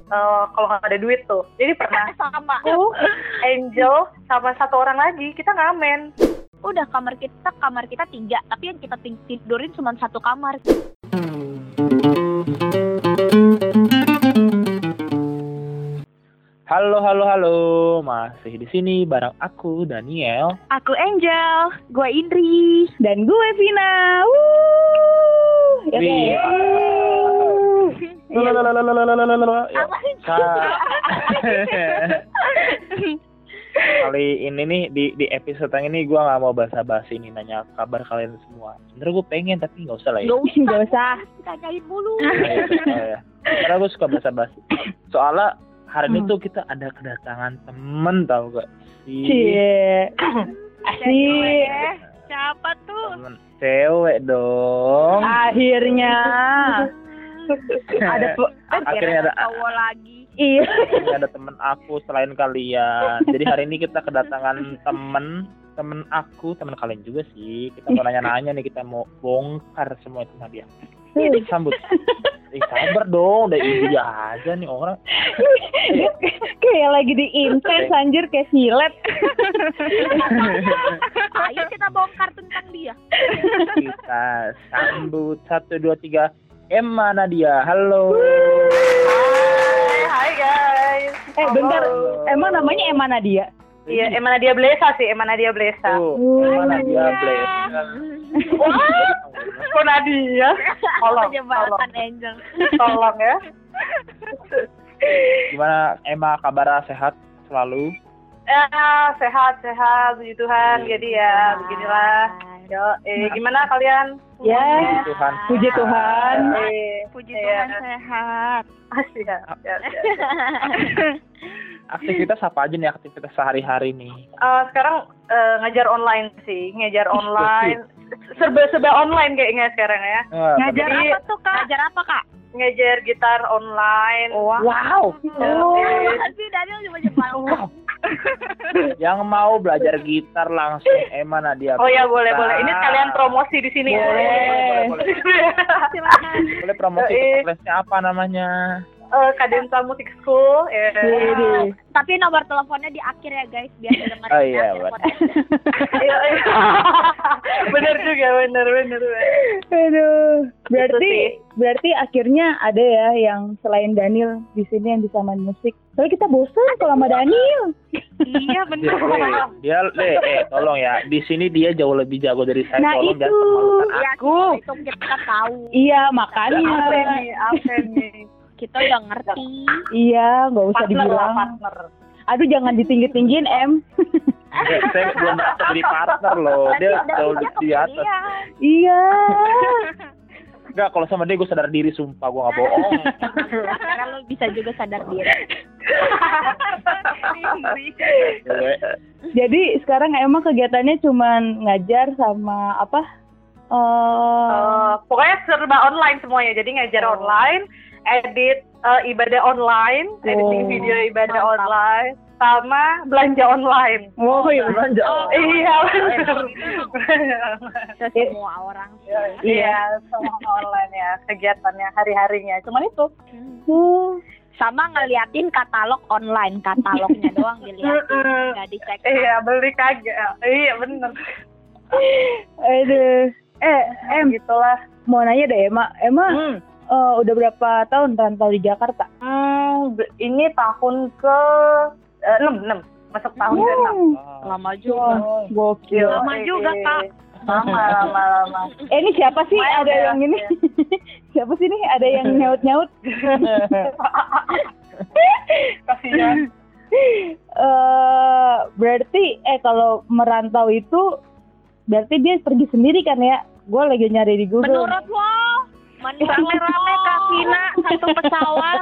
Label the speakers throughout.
Speaker 1: kalau nggak ada duit tuh. Jadi pernah
Speaker 2: Sama.
Speaker 1: aku, Angel, sama satu orang lagi kita ngamen.
Speaker 2: Udah kamar kita 3, tapi yang kita tidurin cuma satu kamar.
Speaker 3: Halo, masih di sini bareng aku Daniel.
Speaker 2: Aku Angel, gue Indri,
Speaker 4: dan gue Vina.
Speaker 3: Kali ini nih di episode yang ini gue nggak mau basa-basi nih nanya kabar kalian semua. Sebenernya gue pengen tapi nggak usah lah ya.
Speaker 4: Nggak usah.
Speaker 2: Tanyain mulu.
Speaker 3: Ya. Karena gue suka basa-basi. Soalnya hari ini tuh kita ada kedatangan temen, tau gak sih?
Speaker 4: Cie. Asik.
Speaker 2: Siapa tuh?
Speaker 3: Temen cewek dong.
Speaker 4: Akhirnya.
Speaker 3: Akhirnya ada
Speaker 2: cowok lagi.
Speaker 4: Iya.
Speaker 3: Akhirnya ada temen aku selain kalian. Jadi hari ini kita kedatangan temen aku, temen kalian juga sih. Kita mau nanya-nanya nih, kita mau bongkar semua itu dia. Sambut. Sabar dong, udah ini aja nih orang.
Speaker 4: Kayak lagi di intens anjir, kayak silet.
Speaker 2: Ayo kita bongkar tentang dia.
Speaker 3: Kita sambut 1, 2, 3. Emma Nadia, halo.
Speaker 1: Hai guys.
Speaker 4: Bentar, emang namanya Emma Nadia?
Speaker 1: Iya, Emma Nadia Blesa sih, Emma Nadia Blesa.
Speaker 3: Emma Nadia Blesa.
Speaker 1: Wah, kok Nadia? Tolong,
Speaker 2: Penyebaran Angel.
Speaker 1: tolong ya.
Speaker 3: Gimana Emma, kabar sehat selalu?
Speaker 1: Ya, sehat, puji Tuhan. Jadi ya, beginilah. Yo, gimana kalian?
Speaker 4: Ya, puji Tuhan.
Speaker 2: Puji Tuhan sehat.
Speaker 1: Asik ya.
Speaker 3: Aktivitas apa aja nih, aktivitas sehari-hari nih?
Speaker 1: Sekarang ngajar online sih, serba online kayaknya sekarang ya.
Speaker 2: Ngajar apa tuh Kak? Ngajar apa Kak?
Speaker 1: Ngajar gitar online.
Speaker 3: Wow.
Speaker 2: Sih Daniel cuma jepang.
Speaker 3: Yang mau belajar gitar langsung Emma Nadia.
Speaker 1: Oh ya, boleh. Ini sekalian promosi di sini.
Speaker 3: Boleh. Boleh promosi lesnya apa namanya?
Speaker 1: Kadensa Music School.
Speaker 2: Tapi nomor teleponnya di akhir ya guys, biar dengerin.
Speaker 3: Oh iya,
Speaker 1: Iya. Bener juga, bener.
Speaker 4: Aduh, berarti akhirnya ada ya yang selain Daniel di sini yang bisa main musik. Soalnya kita bosan kalau sama Daniel.
Speaker 1: Iya bener.
Speaker 3: Dia tolong ya, di sini dia jauh lebih jago dari saya.
Speaker 4: Nah,
Speaker 3: tolong
Speaker 4: itu.
Speaker 3: jangan memalukan aku.
Speaker 2: Itu kita tahu.
Speaker 4: Iya, makanya.
Speaker 1: Apa nih?
Speaker 2: Kita udah ngerti.
Speaker 4: Iya, nggak usah dibilang.
Speaker 1: Partner.
Speaker 4: Aduh, jangan ditinggi-tinggiin, Em.
Speaker 3: Saya belum jadi partner loh. Dia jauh di atas.
Speaker 4: Iya.
Speaker 3: Enggak, kalau sama dia gue sadar diri, sumpah gue nggak bohong.
Speaker 2: Karena lo bisa juga sadar diri.
Speaker 4: Jadi sekarang emang kegiatannya cuman ngajar sama apa?
Speaker 1: Pokoknya serba online semuanya. Jadi ngajar online, edit ibadah online, editing video ibadah online, sama belanja online.
Speaker 4: Oh iya,
Speaker 3: Belanja.
Speaker 1: Iya, benar.
Speaker 2: Semua orang.
Speaker 1: Iya, semua online ya kegiatannya hari-harinya. Cuman itu.
Speaker 2: Sama ngeliatin katalog online, katalognya doang dilihatin, nggak dicek.
Speaker 1: Iya, beli kagak. Iya, bener.
Speaker 4: Aduh.
Speaker 1: Gitulah.
Speaker 4: Mau nanya deh, Emma udah berapa tahun rantau di Jakarta?
Speaker 1: Ini tahun ke 6. Masuk tahun ke 6.
Speaker 2: Lama juga.
Speaker 4: Gokil.
Speaker 2: Lama juga, Kak.
Speaker 1: Lama.
Speaker 4: Ini siapa sih? Ada yang ini? Siapa sih nih? Ada yang nyaut-nyaut?
Speaker 1: Kasihan.
Speaker 4: Berarti kalau merantau itu berarti dia pergi sendiri kan ya? Gue lagi nyari di Google.
Speaker 2: Menurut lo, rame-rame Kak Vina satu pesawat.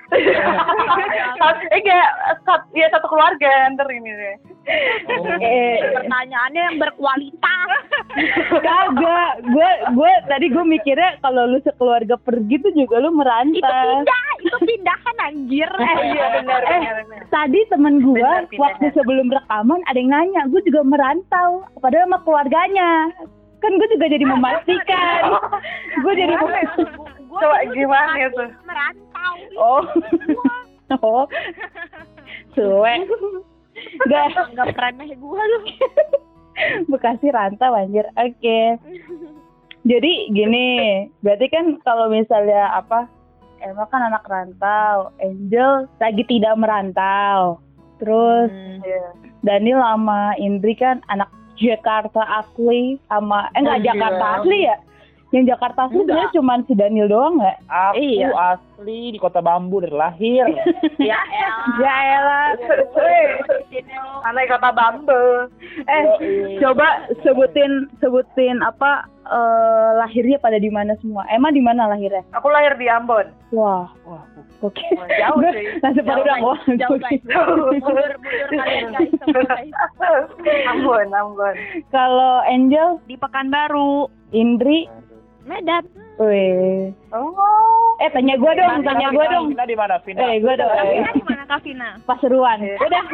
Speaker 1: Satu keluarga ntar ini deh.
Speaker 2: Pertanyaannya yang berkualitas.
Speaker 4: Kagak, gue tadi gue mikirnya kalau lu sekeluarga pergi tuh juga lu merantau.
Speaker 2: Itu pindahan anjir.
Speaker 1: Iya benar.
Speaker 4: Tadi temen gue
Speaker 1: Benar.
Speaker 4: waktu sebelum rekaman ada yang nanya, gue juga merantau, padahal sama keluarganya. Kan gue juga jadi memastikan. Gue jadi
Speaker 1: Coba gimana tuh?
Speaker 2: Merantau.
Speaker 4: Oh. Oh, suwe.
Speaker 2: Nggak remeh gue lu.
Speaker 4: Bekasi rantau anjir. Oke. Jadi gini, berarti kan kalau misalnya apa, Emma kan anak rantau, Angel lagi tidak merantau. Terus Daniel sama Indri kan anak Jakarta asli sama enggak Jakarta asli ya? Yang Jakarta asli sebenarnya cuma si Daniel doang nggak?
Speaker 3: Aku asli di Kota Bambu dari lahir.
Speaker 2: Ya
Speaker 4: elah.
Speaker 1: Anak Kota Bambu.
Speaker 4: Coba sebutin apa lahirnya pada di mana semua? Emma di mana lahirnya?
Speaker 1: Aku lahir di Ambon.
Speaker 4: Wah, oke.
Speaker 1: Jauh sih.
Speaker 4: Langsung pada bilang, wah,
Speaker 2: jauh guys. Mundur kalian guys, semua guys.
Speaker 1: Ambon.
Speaker 4: Kalau Angel
Speaker 2: Di Pekanbaru,
Speaker 4: Indri,
Speaker 2: Medan.
Speaker 4: weh.
Speaker 1: Oh.
Speaker 4: Tanya gue dong.
Speaker 3: Vina di mana, Vina?
Speaker 4: Gue dong.
Speaker 2: Kavina di mana Kavina?
Speaker 4: Pasuruan. Udah.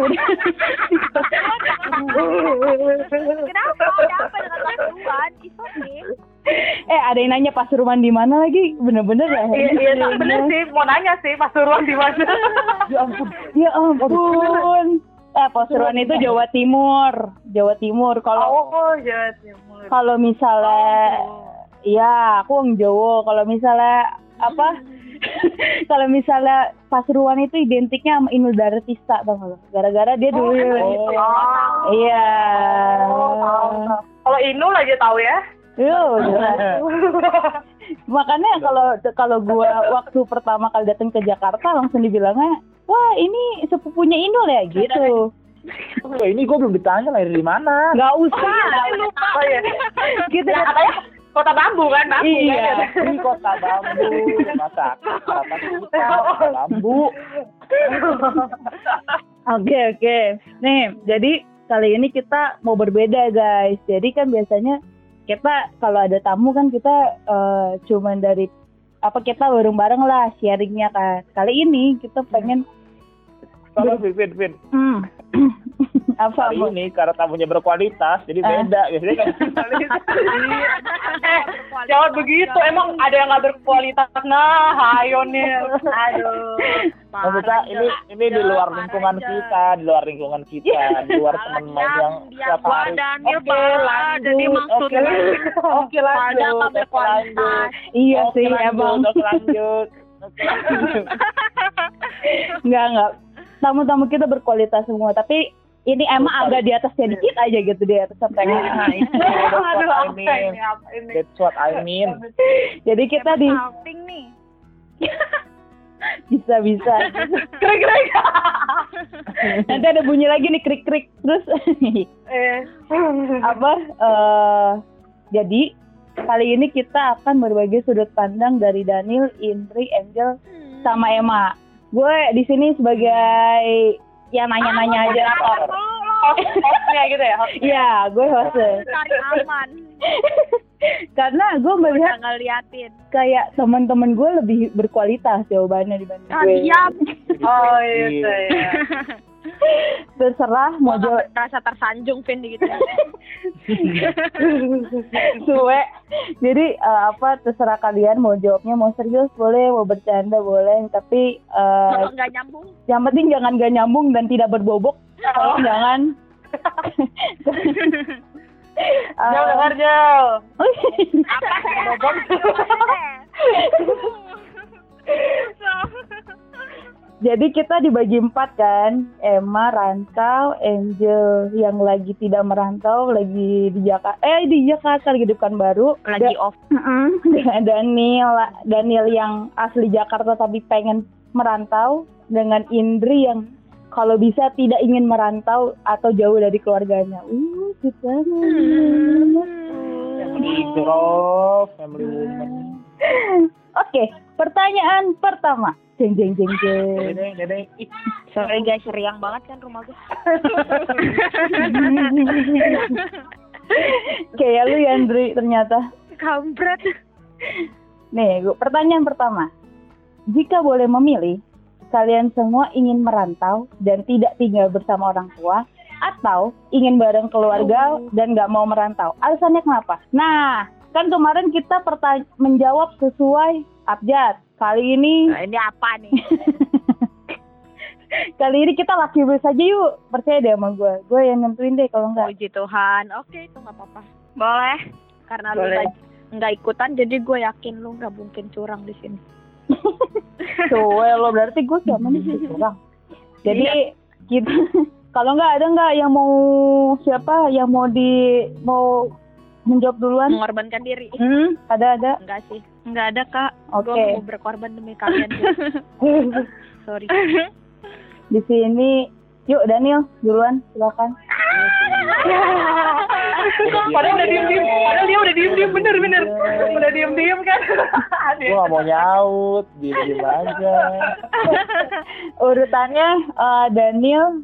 Speaker 2: Kenapa? Ada apa dengan Pasuruan? It's okay.
Speaker 4: Ada yang nanya Pasuruan di mana lagi? Bener-bener lah.
Speaker 1: Iya, bener sih. Mau nanya sih Pasuruan di mana?
Speaker 4: Ya ampun. Pasuruan itu Jawa Timur. Kalau
Speaker 1: Jawa Timur.
Speaker 4: kalau misalnya iya, aku orang Jawa. Kalau misalnya apa? Kalau misalnya Pasuruan itu identiknya sama Inul Daratista, tau nggak lo? Gara-gara dia dulu. Iya.
Speaker 1: Kalau Inul aja tahu ya.
Speaker 4: Makanya kalau gua waktu pertama kali datang ke Jakarta langsung dibilangnya, wah ini sepupunya Inul ya gitu.
Speaker 3: Ini gue belum ditanya lahir di mana.
Speaker 4: Nggak usah.
Speaker 1: Lupa. Oh iya.
Speaker 4: Gitu
Speaker 1: Ya, katanya Kota Bambu kan?
Speaker 4: Iya.
Speaker 3: Ini Kota Bambu. Masa kata kita Kota Bambu.
Speaker 4: Oke. Nih, jadi kali ini kita mau berbeda guys. Jadi kan biasanya kita kalau ada tamu kan kita cuman dari apa kita bareng-bareng lah sharingnya kan. Kali ini kita pengen
Speaker 3: Vin.
Speaker 4: Apa?
Speaker 3: Kali ini karena tamunya berkualitas, jadi beda. Biasanya kan
Speaker 1: Jangan begitu, emang ada yang nggak berkualitas. Nah, hayo nih. Aduh.
Speaker 3: maksudnya ini di luar lingkungan kita, di luar teman main yang setiap hari.
Speaker 2: Daniel jadi maksudnya
Speaker 3: Oke, lanjut.
Speaker 4: Iya sih emang.
Speaker 3: Lanjut.
Speaker 4: Enggak. Tamu-tamu kita berkualitas semua, tapi ini emang agak di atasnya dikit aja gitu, di atas sampai.
Speaker 3: That's what I mean.
Speaker 4: Jadi kita di
Speaker 2: salting nih.
Speaker 4: bisa. Krik. Nanti ada bunyi lagi nih krik terus. Jadi kali ini kita akan berbagi sudut pandang dari Daniel, Indri, Angel, sama Emma. Gue di sini sebagai yang nanya-nanya aja.
Speaker 1: Hostnya gitu ya?
Speaker 4: Iya, gue hostnya.
Speaker 2: Cari aman.
Speaker 4: Karena gue melihat
Speaker 2: ngeliatin.
Speaker 4: kayak teman-teman gue lebih berkualitas jawabannya dibanding gue.
Speaker 2: Diam.
Speaker 1: Oh iya.
Speaker 4: Terserah mau jawab.
Speaker 2: Rasa tersanjung Vin gitu.
Speaker 4: Suwe. Jadi terserah kalian mau jawabnya mau serius boleh, mau bercanda boleh, tapi
Speaker 2: Kalau nggak nyambung.
Speaker 4: yang penting jangan gak nyambung dan tidak berbobok. Jangan.
Speaker 1: Jauh dengar jauh.
Speaker 2: Apa
Speaker 4: Jadi kita dibagi 4 kan, Emma rantau, Angel yang lagi tidak merantau, lagi di Jakarta lagi di Pekanbaru,
Speaker 2: lagi off.
Speaker 4: Daniel yang asli Jakarta tapi pengen merantau, dengan Indri yang kalau bisa tidak ingin merantau atau jauh dari keluarganya. Gitu banget.
Speaker 3: Family girl, family woman.
Speaker 4: Oke, pertanyaan pertama. Jeng.
Speaker 3: Dedeng.
Speaker 2: Sorry guys, riang banget kan rumah gue.
Speaker 4: Kayak lu ya, Andri, ternyata.
Speaker 2: Kampret.
Speaker 4: Nih, pertanyaan pertama. Jika boleh memilih, kalian semua ingin merantau dan tidak tinggal bersama orang tua, atau ingin bareng keluarga dan gak mau merantau? Alasannya kenapa? Nah, kan kemarin kita menjawab sesuai abjad. Kali ini...
Speaker 2: Nah, ini apa nih?
Speaker 4: Kali ini kita laki bus aja yuk. Percaya deh sama gue. Gue yang nentuin deh kalau enggak.
Speaker 2: Puji Tuhan. Oke, itu nggak apa-apa.
Speaker 1: Boleh.
Speaker 2: Karena
Speaker 1: Boleh.
Speaker 2: lu nggak ikutan, jadi gue yakin lu nggak mungkin curang di sini.
Speaker 4: Lo berarti gue sama nih curang. Jadi kita kalau nggak ada nggak yang mau siapa yang mau menjawab duluan?
Speaker 2: Mengorbankan diri.
Speaker 4: Ada.
Speaker 2: Enggak sih.
Speaker 1: Nggak ada, Kak.
Speaker 4: Oke.
Speaker 2: Gue mau berkorban demi kalian. Sorry.
Speaker 4: Di sini, yuk Daniel duluan, silakan.
Speaker 1: Padahal udah diem-diem. Padahal dia udah diem-diem, bener. Udah diem-diem kan.
Speaker 3: Gue gak mau nyaut, diem aja.
Speaker 4: Urutannya Daniel,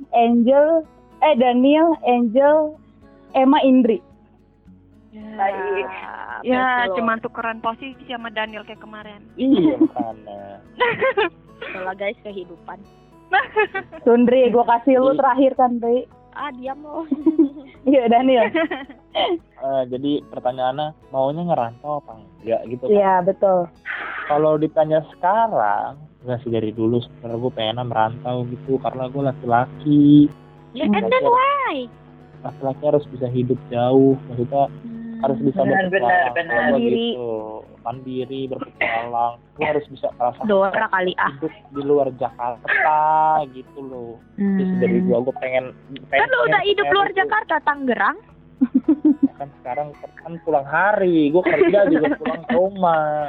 Speaker 4: Angel, Emma, Indri.
Speaker 1: Baik. Ya, cuma tukeran posisi sama Daniel kayak kemarin.
Speaker 3: Iya, makanya.
Speaker 2: Itulah guys kehidupan.
Speaker 4: Sundri, gue kasih lu terakhir kan, Dri.
Speaker 2: Diam lo.
Speaker 4: Iya, Daniel.
Speaker 3: Jadi pertanyaannya, maunya ngerantau apa enggak gitu kan?
Speaker 4: Iya, betul.
Speaker 3: Kalau ditanya sekarang, enggak sih dari dulu sebenarnya gue pengen merantau gitu karena gue laki-laki.
Speaker 2: And then why?
Speaker 3: Laki-laki harus bisa hidup jauh, maksudnya harus bisa berpetualang. Kalau gitu, mandiri, berpetualang. Gue harus bisa merasakan
Speaker 2: Dora kali
Speaker 3: hidup di luar Jakarta gitu loh. Jadi dari gue pengen
Speaker 2: Kan lu udah hidup luar Jakarta, Tangerang.
Speaker 3: Kan sekarang kan pulang hari, gue kerja juga pulang ke rumah.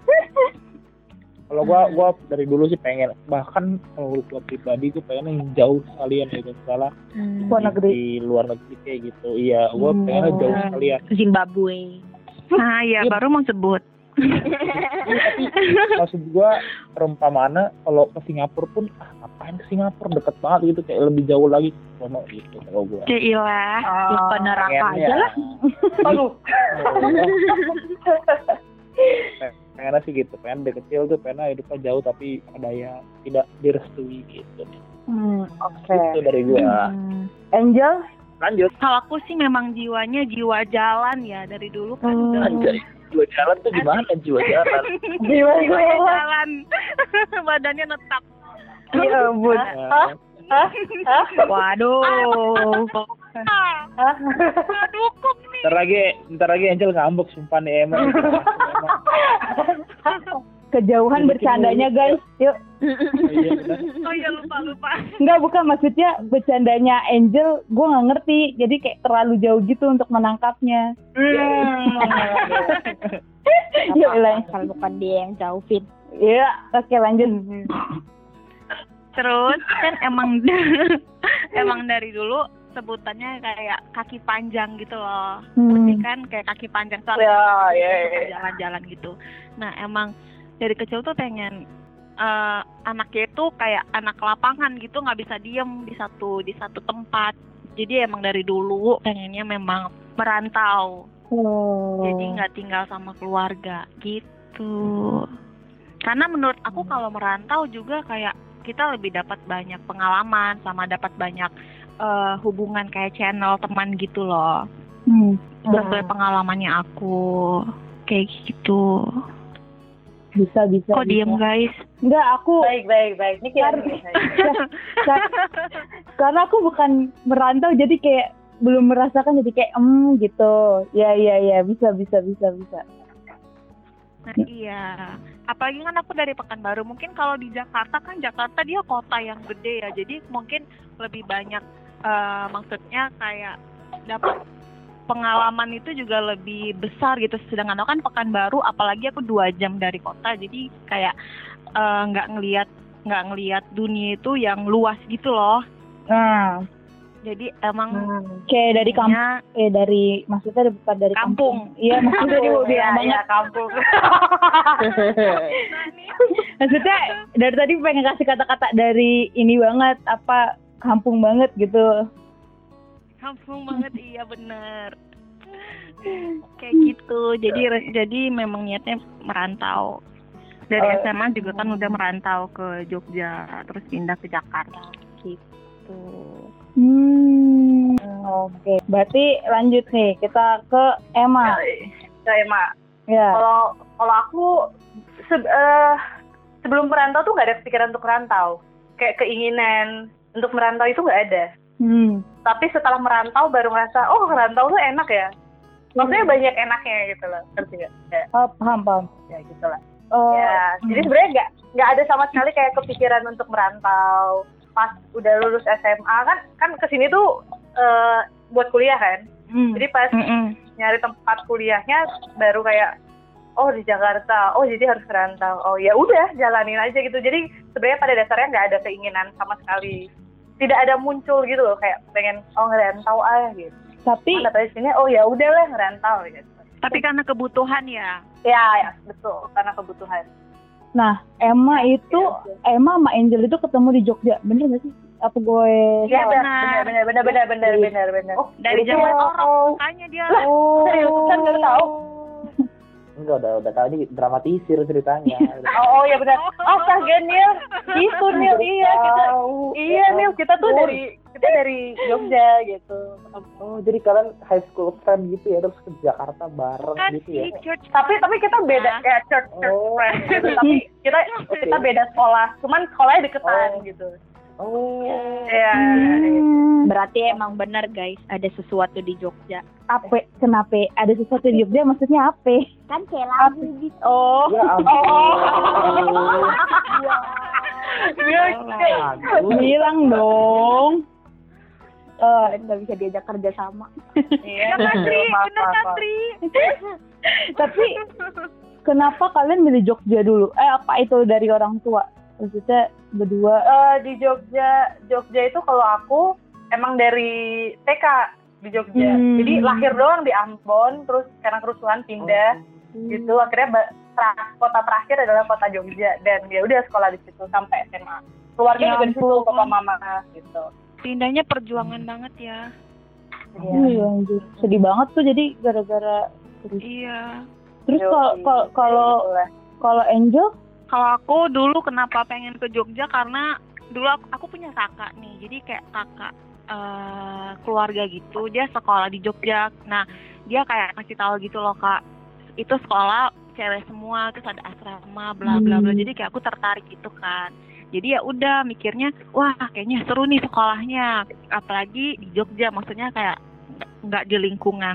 Speaker 3: Kalau gue dari dulu sih pengen, bahkan kalau gue pribadi gue pengen yang jauh sekalian gitu, misalnya di luar negeri kayak gitu. Iya, gue pengen jauh sekalian.
Speaker 2: Zimbabwe.
Speaker 1: Nah, ya baru mau sebut.
Speaker 3: Tapi maksud gue perumpamaan kalau ke Singapura pun ngapain ke Singapura, deket banget gitu, kayak lebih jauh lagi sono gitu kalau gue.
Speaker 1: Cilah,
Speaker 2: Ke neraka aja lah.
Speaker 1: Aduh.
Speaker 3: Pengennya sih gitu, pengen dari kecil tuh pengen hidupnya jauh tapi ada yang tidak direstui gitu.
Speaker 4: Oke.
Speaker 3: Itu dari gue.
Speaker 4: Angel?
Speaker 3: Lanjut.
Speaker 1: Kalau aku sih memang jiwanya jiwa jalan ya dari dulu kan.
Speaker 3: Anjay, jiwa jalan tuh gimana jiwa jalan?
Speaker 4: Jiwa
Speaker 1: Jalan. Badannya netap.
Speaker 4: Iya, ampun.
Speaker 2: Waduh.
Speaker 1: Dukung nih.
Speaker 3: Ntar lagi Angel ngambek sumpah nih emang.
Speaker 4: Kejauhan bercandanya, guys. Yuk.
Speaker 1: Oh iya, lupa.
Speaker 4: Enggak, bukan, maksudnya bercandanya Angel gue nggak ngerti, jadi kayak terlalu jauh gitu untuk menangkapnya. Yuk, Ilai.
Speaker 2: Kalau bukan dia yang jauh, Fit.
Speaker 4: Iya, oke, lanjut.
Speaker 1: Terus kan emang dari dulu sebutannya kayak kaki panjang gitu loh. Putih kan kayak kaki panjang soalnya jalan-jalan gitu. Nah, emang dari kecil tuh pengen anaknya itu kayak anak lapangan gitu, nggak bisa diem di satu tempat. Jadi emang dari dulu pengennya memang merantau. Jadi nggak tinggal sama keluarga gitu. Karena menurut aku kalau merantau juga kayak kita lebih dapat banyak pengalaman sama dapat banyak hubungan kayak channel teman gitu loh. Sesuai pengalamannya aku kayak gitu.
Speaker 4: Bisa.
Speaker 1: Kok diem guys?
Speaker 4: Enggak, aku
Speaker 1: Baik. Ini
Speaker 4: karena aku bukan merantau, jadi kayak belum merasakan, jadi kayak gitu. Ya, bisa.
Speaker 1: Nah, iya. Apalagi kan aku dari Pekanbaru. Mungkin kalau di Jakarta kan Jakarta dia kota yang gede ya. Jadi mungkin lebih banyak maksudnya kayak dapat pengalaman itu juga lebih besar gitu. Sedangkan aku kan Pekanbaru, apalagi aku 2 jam dari kota. Jadi kayak nggak ngelihat dunia itu yang luas gitu loh. Jadi emang
Speaker 4: kayak dari kampung, maksudnya bukan dari kampung. Iya, maksudnya bilang banget
Speaker 1: kampung.
Speaker 4: Maksudnya dari tadi pengen kasih kata-kata dari ini banget, apa kampung banget gitu.
Speaker 1: Kampung banget, iya bener. Kayak gitu. Jadi memang niatnya merantau. Dari SMA juga kan udah merantau ke Jogja, terus pindah ke Jakarta gitu.
Speaker 4: Oke. Berarti lanjut nih, kita ke Emma. Ya.
Speaker 1: Kalau aku sebelum merantau tuh nggak ada kepikiran untuk merantau.
Speaker 5: kayak keinginan untuk merantau itu nggak ada. Tapi setelah merantau baru ngerasa, oh merantau tuh enak ya. Maksudnya banyak enaknya gitu loh, ngerti nggak? Ya.
Speaker 4: Paham.
Speaker 5: Ya gitu lah. Ya, jadi sebenarnya nggak ada sama sekali kayak kepikiran untuk merantau. Pas udah lulus SMA kan kesini tuh buat kuliah kan. Jadi pas nyari tempat kuliahnya baru kayak, oh di Jakarta, oh jadi harus merantau. Oh ya udah jalanin aja gitu. Jadi sebenarnya pada dasarnya nggak ada keinginan sama sekali. Tidak ada muncul gitu loh kayak pengen ngerantau aja gitu. Tapi dari sini oh ya udahlah ngerantau gitu.
Speaker 1: Tapi karena kebutuhan ya.
Speaker 5: Ya betul, karena kebutuhan.
Speaker 4: Nah, Emma sama Angel itu ketemu di Jogja, bener nggak sih? Apa gue?
Speaker 5: Iya benar.
Speaker 1: Oh, dari zaman orang makanya dia.
Speaker 5: Seriusan nggak tahu.
Speaker 3: Enggak, udah tahu ini dramatisir ceritanya.
Speaker 5: Oh ya benar. Astaga Nil, itu Nil kita tuh dari Jogja gitu.
Speaker 3: Oh, jadi kalian high school friend gitu ya, terus ke Jakarta bareng
Speaker 1: kan
Speaker 3: gitu ya?
Speaker 5: Tapi kita beda ya church friend gitu. Tapi kita beda sekolah, cuman sekolahnya deketan gitu.
Speaker 3: Oh.
Speaker 5: Ya.
Speaker 2: Berarti emang benar guys, ada sesuatu di Jogja.
Speaker 4: Apa? Kenapa? Ada sesuatu di Jogja maksudnya apa?
Speaker 2: Kan kayak lagu gitu.
Speaker 4: Oh.
Speaker 3: Ya ampun.
Speaker 4: Bilang dong.
Speaker 2: Kalian nggak bisa diajak kerja sama.
Speaker 5: Iya,
Speaker 1: bener Katri.
Speaker 4: Tapi kenapa kalian milih Jogja dulu? Apa itu dari orang tua? Maksudnya berdua?
Speaker 5: Di Jogja itu kalau aku emang dari TK di Jogja. Jadi lahir doang di Ambon, terus karena kerusuhan pindah gitu. Akhirnya kota terakhir adalah kota Jogja dan ya udah sekolah di situ sampai SMA. Keluarga juga di situ, papa mama gitu.
Speaker 1: Pindahnya perjuangan banget ya.
Speaker 4: Iya, anjir. Sedih banget tuh jadi gara-gara
Speaker 1: Iya.
Speaker 4: Terus kalau Angel?
Speaker 1: Kalau aku dulu kenapa pengen ke Jogja karena dulu aku punya kakak nih. Jadi kayak kakak keluarga gitu, dia sekolah di Jogja. Nah, dia kayak ngasih tahu gitu loh, Kak. Itu sekolah cewek semua, terus ada asrama bla bla bla. Jadi kayak aku tertarik gitu kan. Jadi ya udah mikirnya, wah kayaknya seru nih sekolahnya, apalagi di Jogja, maksudnya kayak nggak di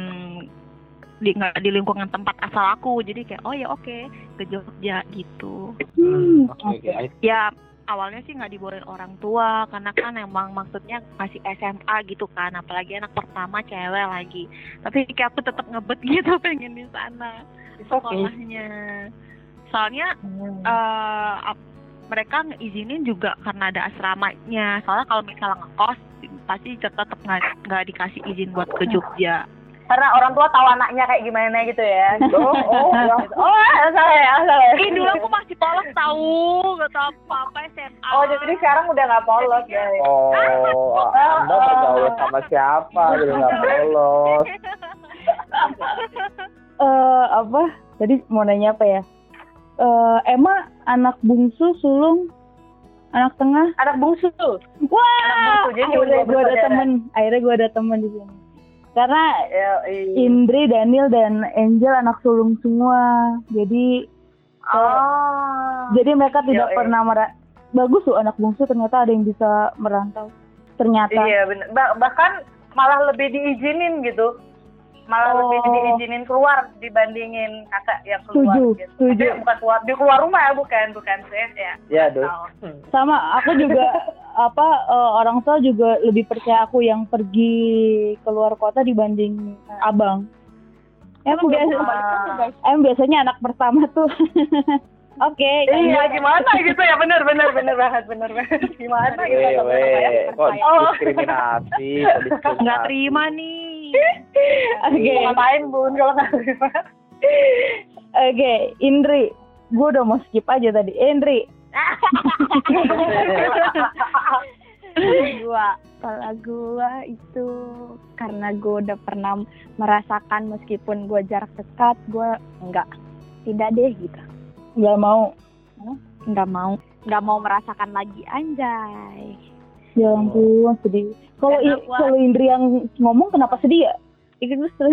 Speaker 1: lingkungan tempat asal aku, jadi kayak oh ya oke, ke Jogja gitu.
Speaker 3: Okay.
Speaker 1: Ya awalnya sih nggak dibolehin orang tua, karena kan emang maksudnya masih SMA gitu kan, apalagi anak pertama cewek lagi. Tapi kayak aku tetap ngebet gitu pengen di sana sekolahnya. Soalnya mereka ngeizinin juga karena ada asramanya. Soalnya kalau misalnya ngekos pasti tetap nggak dikasih izin buat ke Jogja.
Speaker 5: Karena orang tua tahu anaknya kayak gimana gitu ya. Salah ya.
Speaker 1: Ih, dulu aku masih polos tahu, nggak tahu apa SMA.
Speaker 5: Oh, jadi sekarang udah nggak polos ya.
Speaker 3: Anda bergaul sama siapa jadi nggak polos?
Speaker 4: Apa? Tadi mau nanya apa ya? Emma anak bungsu, sulung, anak tengah,
Speaker 5: anak bungsu.
Speaker 4: Wah,
Speaker 5: akhirnya
Speaker 4: gue ada teman di sini. Karena Indri, Daniel, dan Angel anak sulung semua. Jadi mereka tidak pernah bagus tuh anak bungsu, ternyata ada yang bisa merantau. Ternyata. Iya
Speaker 5: benar. Bahkan malah lebih diizinin gitu. Lebih diizinin keluar dibandingin kakak yang keluar. Setuju. Bukan keluar rumah ya, bukan CS ya.
Speaker 3: Iya, Dul.
Speaker 4: Sama aku juga orang tua juga lebih percaya aku yang pergi keluar kota dibanding abang. Biasanya anak pertama tuh. Oke.
Speaker 5: Iya, gimana gitu ya, benar banget. Gimana gitu?
Speaker 3: Kok diskriminasi?
Speaker 1: Nggak terima nih.
Speaker 4: Oke.
Speaker 5: Ngapain Bun kalau nggak terima?
Speaker 4: Oke, Indri. Gue udah mau skip aja tadi. Indri.
Speaker 2: Kalau gue itu karena gue udah pernah merasakan, meskipun gue jarak dekat, gue tidak deh gitu.
Speaker 4: Nggak
Speaker 2: mau merasakan lagi, anjay.
Speaker 4: Ya ampun, sedih. Kalau Indri yang ngomong kenapa sedih ya? Ikut terus.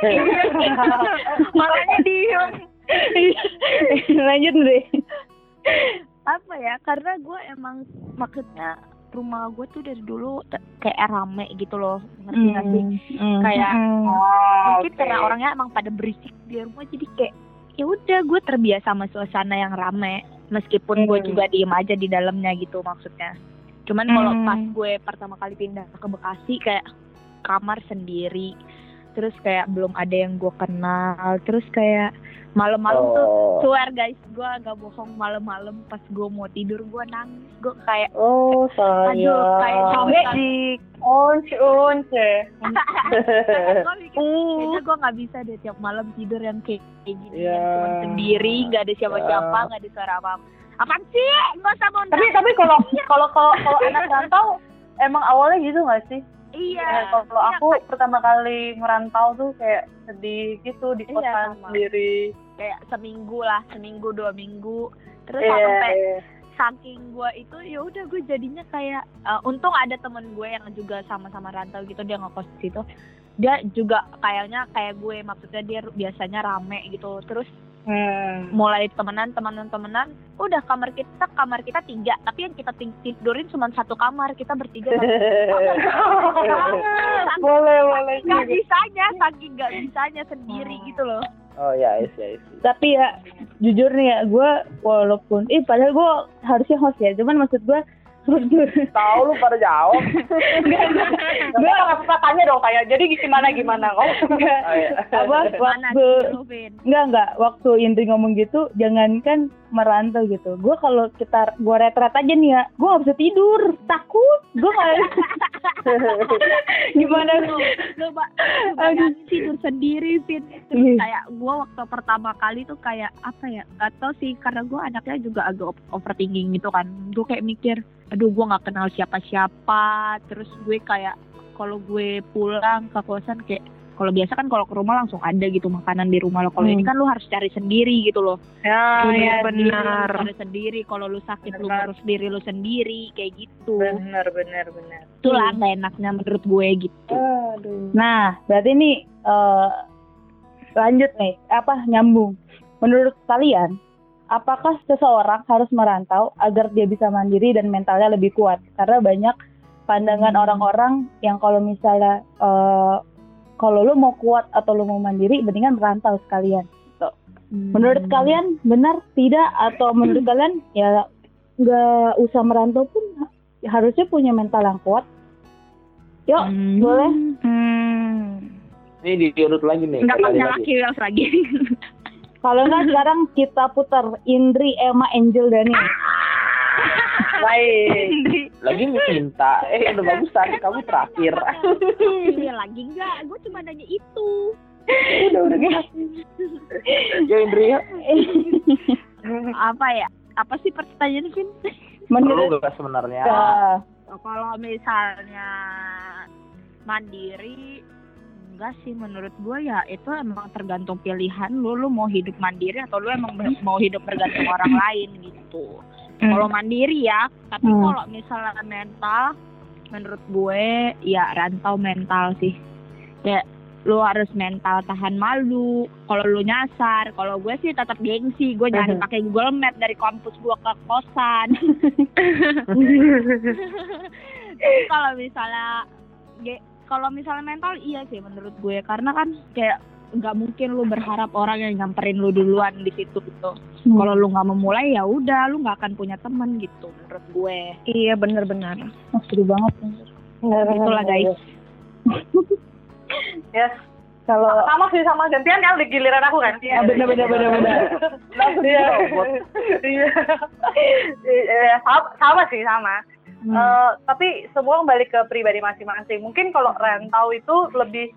Speaker 1: Makanya diem.
Speaker 4: Lanjut deh.
Speaker 2: Apa ya? Karena gue emang
Speaker 1: maksudnya rumah gue tuh dari dulu kayak rame gitu loh, ngerti nggak sih? Kayak mungkin karena orangnya emang pada berisik di rumah, jadi kayak ya udah gue terbiasa sama suasana yang rame, meskipun gue juga diem aja di dalamnya gitu maksudnya. Cuman kalau pas gue pertama kali pindah ke Bekasi kayak kamar sendiri, terus kayak belum ada yang gue kenal, terus kayak malam-malam tuh swear guys, gue agak bohong, malam-malam pas gue mau tidur gue nangis, gue kayak
Speaker 4: sayang,
Speaker 1: aduh kayak
Speaker 5: Magic once
Speaker 1: gue mikir kayaknya gue nggak bisa deh tiap malam tidur yang kayak gini yang cuma sendiri, nggak ada siapa-siapa, nggak ada suara apa-apa. Apaan sih, nggak usah mau
Speaker 5: tapi kalau anak rantau emang awalnya gitu nggak sih?
Speaker 1: Iya.
Speaker 5: Kalau aku pertama kali merantau tuh kayak sedih gitu di kosan sendiri.
Speaker 1: Kayak seminggu 2 minggu. Terus sampai saking gue itu ya udah gue jadinya kayak untung ada temen gue yang juga sama-sama rantau gitu, dia ngekos di situ. Dia juga kayaknya kayak gue, maksudnya dia biasanya rame gitu. Terus mulai temenan, udah kamar kita 3, tapi yang kita tidurin cuma 1 kamar, kita bertiga.
Speaker 5: boleh
Speaker 1: saking gak bisanya sendiri gitu loh.
Speaker 3: Oh ya, yes.
Speaker 4: Tapi ya jujur nih ya, gue walaupun padahal gue harusnya host ya, cuman maksud gue
Speaker 3: tahu lu pada jawab.
Speaker 5: Gue nggak tanya dong kayak jadi gimana kok?
Speaker 4: Waktu Indri ngomong gitu, jangankan merantau gitu, gue kalau gue retret aja nih ya, gue nggak bisa tidur, takut gue nggak. Gimana
Speaker 1: lu tidur sendiri Vin. Terus kayak gue waktu pertama kali tuh kayak apa ya, atau sih karena gue anaknya juga agak overthinking gitu kan, gue kayak mikir aduh gue nggak kenal siapa-siapa. Terus gue kayak kalau gue pulang ke kosan kayak kalau biasa kan kalau ke rumah langsung ada gitu makanan di rumah lo, kalau ini kan lu harus cari sendiri gitu loh.
Speaker 5: Ya
Speaker 1: benar. Cari sendiri, kalau lu sakit lu ngurus diri lu sendiri kayak gitu.
Speaker 5: Benar.
Speaker 1: Itulah nggak enaknya menurut gue gitu.
Speaker 4: Nah berarti nih lanjut nih, nyambung. Menurut kalian, apakah seseorang harus merantau agar dia bisa mandiri dan mentalnya lebih kuat? Karena banyak pandangan orang-orang yang kalau misalnya kalau lu mau kuat atau lu mau mandiri, mendingan merantau sekalian. So, menurut kalian benar tidak? Atau menurut kalian ya nggak usah merantau pun harusnya punya mental yang kuat? Yuk, boleh?
Speaker 3: Ini diurut lagi nih.
Speaker 1: Nggak pakai lagi.
Speaker 4: Kalau nggak sekarang kita putar Indri, Emma, Angel, Dani.
Speaker 5: Baik.
Speaker 3: Lagi minta. Udah bagus tadi kamu terakhir.
Speaker 1: Iya lagi nggak? Gue cuma nanya itu.
Speaker 3: Udah. Ya Indri ya.
Speaker 1: Apa ya? Apa sih pertanyaannya Vin?
Speaker 3: Menurut gak sebenarnya?
Speaker 1: Kalau misalnya mandiri, enggak sih menurut gue ya itu emang tergantung pilihan lu mau hidup mandiri atau lu emang mau hidup bergantung orang lain gitu. Kalau mandiri ya, tapi kalau misalnya mental, menurut gue ya rantau mental sih. Kayak lu harus mental tahan malu kalau lu nyasar. Kalau gue sih tetap gengsi, gue nyari pakai Google Map dari kampus gue ke kosan. Kalau misalnya mental iya sih menurut gue, karena kan kayak nggak mungkin lu berharap orang yang nyamperin lu duluan di situ gitu. Kalau lu nggak memulai ya udah lu nggak akan punya teman gitu menurut gue.
Speaker 2: Iya benar-benar.
Speaker 4: Setuju banget.
Speaker 1: Itulah guys.
Speaker 5: Yes. Kalau sama gantian ya giliran aku kan.
Speaker 4: Ya, benar.
Speaker 5: Iya. Sama. Tapi semua kembali ke pribadi masing-masing. Mungkin kalau rantau itu lebih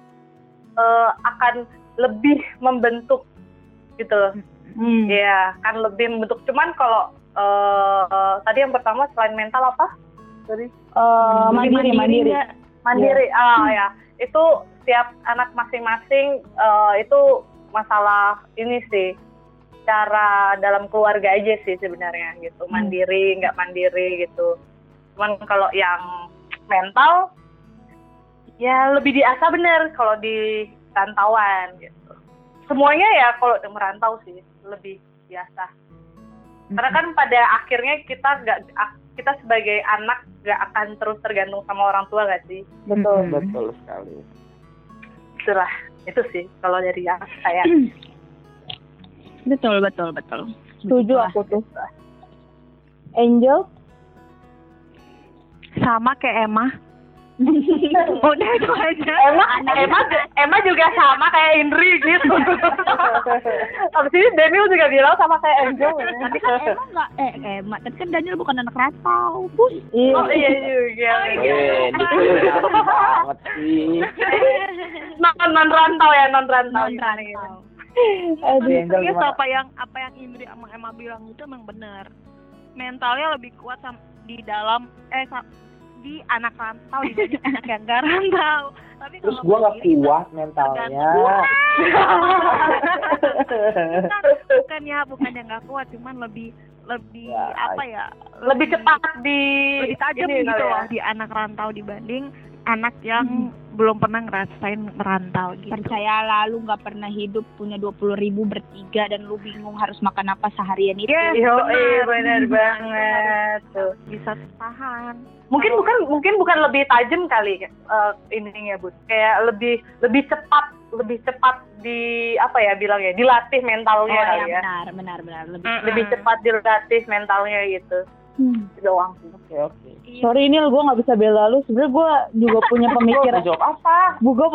Speaker 5: akan lebih membentuk gitu loh. Ya, kan lebih membentuk. Cuman kalau tadi yang pertama selain mental apa? Tadi
Speaker 4: mandiri.
Speaker 5: Ya. Itu setiap anak masing-masing itu masalah ini sih. Cara dalam keluarga aja sih sebenarnya gitu. Mandiri, nggak mandiri gitu. Cuman kalau yang mental ya lebih diasah bener kalau di rantauan gitu. Semuanya ya kalau merantau sih lebih biasa. Karena kan pada akhirnya kita kita sebagai anak gak akan terus tergantung sama orang tua gak sih?
Speaker 3: Betul sekali.
Speaker 5: Itulah, itu sih kalau dari saya.
Speaker 2: Betul.
Speaker 4: Setuju aku tuh. Angel?
Speaker 1: Sama kayak Emma. Udah itu aja.
Speaker 5: Emma juga sama kayak Indri gitu. Abis ini Daniel juga bilang sama kayak Angel.
Speaker 2: Tapi kan Emma tapi kan Daniel bukan anak rantau, Bus.
Speaker 5: Oh iya juga.
Speaker 3: Banget sih.
Speaker 5: Non rantau.
Speaker 3: Aduh,
Speaker 1: Serius apa yang Indri sama Emma bilang itu emang benar. Mentalnya lebih kuat di dalam di anak rantau dibanding anak yang gak rantau. Tapi
Speaker 3: terus
Speaker 1: kalau
Speaker 3: gue nggak
Speaker 1: sendiri,
Speaker 3: kuat mentalnya.
Speaker 1: bukannya nggak kuat, cuman lebih
Speaker 3: ya,
Speaker 5: lebih cepat
Speaker 1: lebih tajam gitu loh di anak rantau dibanding anak yang belum pernah ngerasain merantau gitu.
Speaker 2: Percayalah, lu nggak pernah hidup punya 20.000 bertiga dan lu bingung harus makan apa seharian itu.
Speaker 5: Benar banget tuh.
Speaker 1: Bisa tahan.
Speaker 5: Mungkin bukan lebih tajam kali ininya, Bu. Kayak lebih cepat di apa ya bilangnya, dilatih mentalnya kali ya.
Speaker 2: Benar.
Speaker 5: Lebih cepat dilatih mentalnya gitu. Doang sih.
Speaker 3: Oke.
Speaker 4: Sorry Nil, gue nggak bisa bela lu. Sebenarnya gue juga punya pemikiran.
Speaker 3: Jawab apa?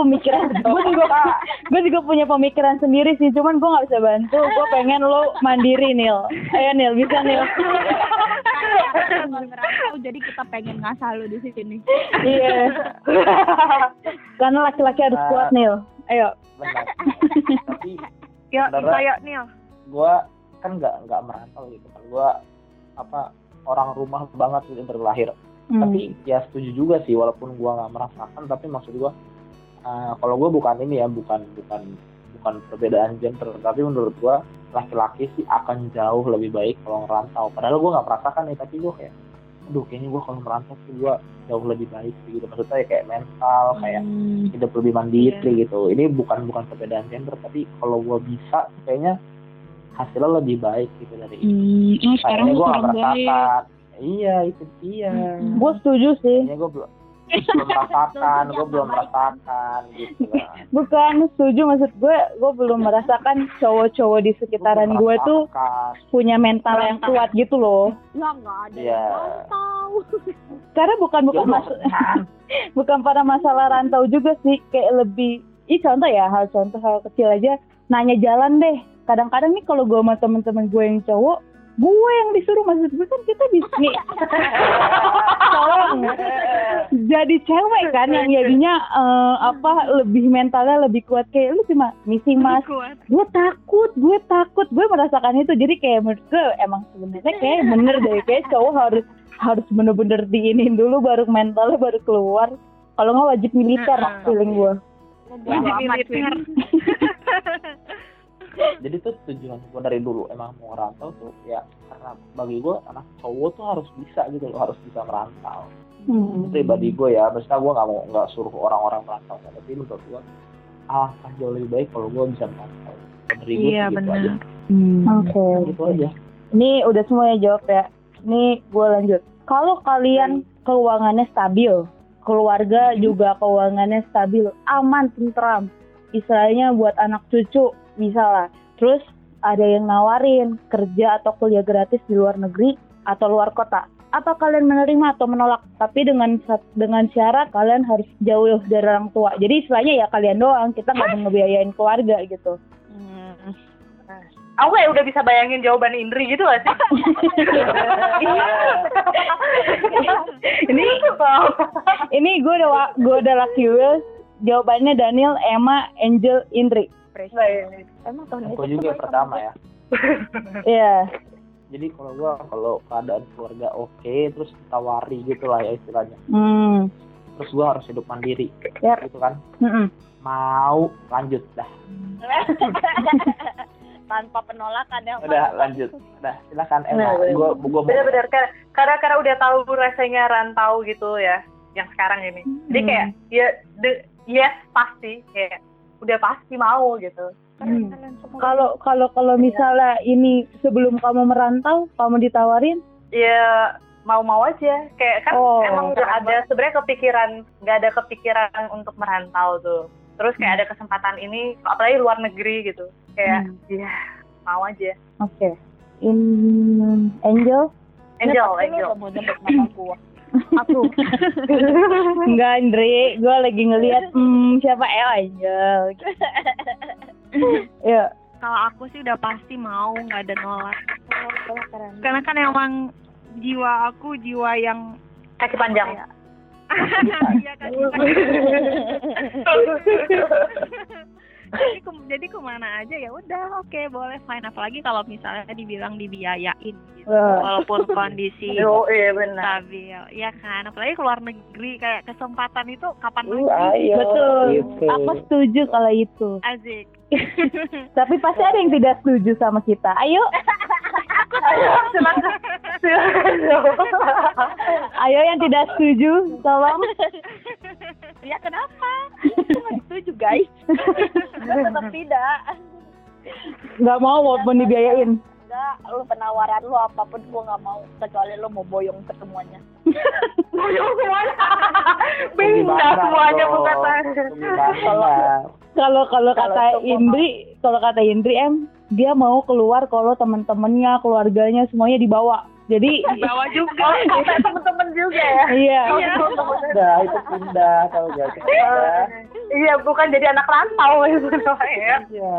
Speaker 4: Gue juga punya pemikiran sendiri sih. Cuman gue nggak bisa bantu. Gue pengen lo mandiri Nil. Ayo Nil, bisa Nil.
Speaker 2: Jadi kita pengen ngasah lu di sini.
Speaker 4: Iya. Karena laki-laki harus kuat Nil. Ayo.
Speaker 3: Benar. Tapi
Speaker 1: Kayak Nil.
Speaker 3: gue kan nggak merantau gitu kan. Gue orang rumah banget gitu dari lahir. Tapi ya setuju juga sih, walaupun gue nggak merasakan, tapi maksud gue kalau gue bukan perbedaan gender, tapi menurut gue laki-laki sih akan jauh lebih baik kalau ngerantau. Padahal gue nggak merasakan nih, tapi gue kayak kayaknya gue kalau merantau tuh gue jauh lebih baik gitu. Maksudnya kayak mental, kayak hidup lebih mandiri gitu. Ini bukan perbedaan gender, tapi kalau gue bisa kayaknya hasilnya lebih baik gitu dari ini. Kayaknya gue nggak merasakan. Iya, itu dia.
Speaker 4: Gue setuju sih.
Speaker 3: Kayaknya gue belum merasakan gitu lah.
Speaker 4: Bukan setuju, maksud gue belum merasakan cowok-cowok di sekitaran gue tuh punya mental yang kuat gitu loh.
Speaker 2: Ya nggak ada
Speaker 3: Iya.
Speaker 2: yang tahu.
Speaker 4: Karena bukan pada masalah rantau juga sih, kayak lebih contoh hal kecil aja, nanya jalan deh. Kadang-kadang nih kalau gue sama temen-temen gue yang cowok, gue yang disuruh, maksud gue kan kita di sini tolong jadi cewek kan yang jadinya lebih mentalnya lebih kuat, kayak lu cuma misi mas, gue takut gue merasakan itu. Jadi kayak menurut gue emang sebenarnya kayak bener deh, kayak cowok harus bener-bener diinin dulu baru mentalnya baru keluar. Kalau nggak wajib militer feeling gue.
Speaker 1: Wajib militer.
Speaker 3: Jadi tuh tujuan gue dari dulu emang mau ngerantau tuh ya karena bagi gue anak cowok tuh harus bisa gitu loh, harus bisa merantau. Pribadi gue ya, maksudnya gue nggak suruh orang-orang merantau, tapi menurut gue jauh lebih baik kalau gue bisa merantau. Dari gue
Speaker 1: iya benar.
Speaker 4: Oke.
Speaker 3: Gitu aja.
Speaker 4: Ini udah semuanya jawab ya. Ini gue lanjut. Kalau kalian keuangannya stabil, keluarga juga keuangannya stabil, aman, tentram, istilahnya buat anak cucu bisa lah. Terus ada yang nawarin kerja atau kuliah gratis di luar negeri atau luar kota. Atau kalian menerima atau menolak, tapi dengan syarat kalian harus jauh dari orang tua. Jadi istilahnya ya kalian doang, kita nggak ngebiayain keluarga gitu.
Speaker 5: Aku kayak udah bisa bayangin jawaban Indri gitu gak sih?
Speaker 4: Ini gue udah lucky wheels. Jawabannya Daniel, Emma, Angel, Indri.
Speaker 2: Emang tahun
Speaker 3: Aku juga pertama ya.
Speaker 4: Iya.
Speaker 3: Jadi kalau keadaan keluarga oke, terus ditawari gitu lah ya istilahnya. Terus gue harus hidup mandiri, gitu kan? Mau lanjut dah.
Speaker 2: Tanpa penolakan ya.
Speaker 3: Udah lanjut, dah silakan Emma. Gue
Speaker 5: bener-bener karena udah tahu rasanya rantau gitu ya, yang sekarang ini. Jadi kayak yes pasti kayak udah pasti mau gitu.
Speaker 4: Kalau misalnya ini sebelum kamu merantau, kamu ditawarin?
Speaker 5: Ya mau aja. Kayak kan emang nggak ada sebenarnya nggak ada kepikiran untuk merantau tuh. Terus kayak ada kesempatan ini, apalagi luar negeri gitu. Kayak ya mau aja.
Speaker 4: Oke. Angel.
Speaker 2: Kamu nyebut nama gua. Aku.
Speaker 4: Enggak, Andre. Gue lagi ngelihat siapa Angel. Ya.
Speaker 1: Kalau aku sih udah pasti mau, nggak ada nolak. Karena kan emang jiwa aku jiwa yang
Speaker 5: kaki panjang.
Speaker 1: Iya kaki panjang. Jadi kemana aja ya udah oke, boleh fine, apalagi kalau misalnya dibilang dibiayain gitu. Walaupun kondisi stabil ya kan, apalagi keluar negeri kayak kesempatan itu kapan lagi.
Speaker 4: Betul gitu. Aku setuju kalau itu.
Speaker 1: Asik.
Speaker 4: Tapi pasti ada yang tidak setuju sama kita. Ayo silakan. Ayo yang tidak setuju tolong.
Speaker 2: Ya kenapa? Nggak setuju guys. Tetap tidak.
Speaker 4: Nggak mau walaupun dibiayain.
Speaker 2: Enggak, lu penawaran lu apapun gua nggak mau, kecuali lu mau boyong ketemuannya.
Speaker 5: Boyong semuanya. Beda semuanya bukan.
Speaker 4: Kalau kata Indri dia mau keluar kalau teman-temannya, keluarganya semuanya dibawa. Jadi
Speaker 1: dibawa juga.
Speaker 5: Sampai teman-teman juga ya.
Speaker 4: Iya.
Speaker 3: Udah itu pindah kalau enggak pindah.
Speaker 5: Iya, bukan jadi anak rantau gitu ya.
Speaker 3: Iya.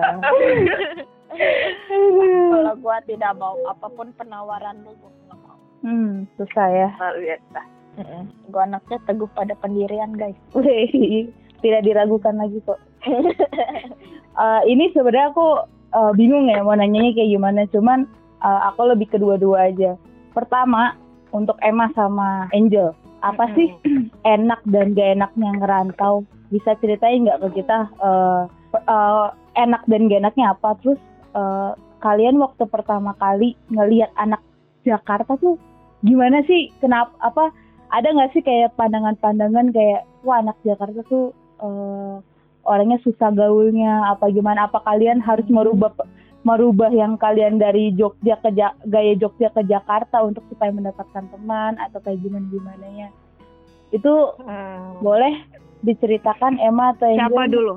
Speaker 2: Kalau gua tidak mau apapun penawaran lu, gua nggak mau.
Speaker 4: Susah ya.
Speaker 5: Luar biasa.
Speaker 2: Gua anaknya teguh pada pendirian guys.
Speaker 4: Tidak diragukan lagi kok. Ini sebenarnya aku bingung ya mau nanyanya kayak gimana, cuman aku lebih kedua-dua aja. Pertama, untuk Emma sama Angel, apa sih enak dan gak enaknya ngerantau? Bisa ceritain nggak ke kita enak dan gak enaknya apa? Terus kalian waktu pertama kali ngelihat anak Jakarta tuh gimana sih? Kenapa? Apa ada nggak sih kayak pandangan-pandangan kayak wah anak Jakarta tuh orangnya susah gaulnya? Apa gimana? Apa kalian harus merubah yang kalian dari Jogja ke gaya Jogja ke Jakarta untuk supaya mendapatkan teman atau kayak gimana-gimananya? Itu boleh diceritakan Emma atau Angel?
Speaker 1: Siapa dulu?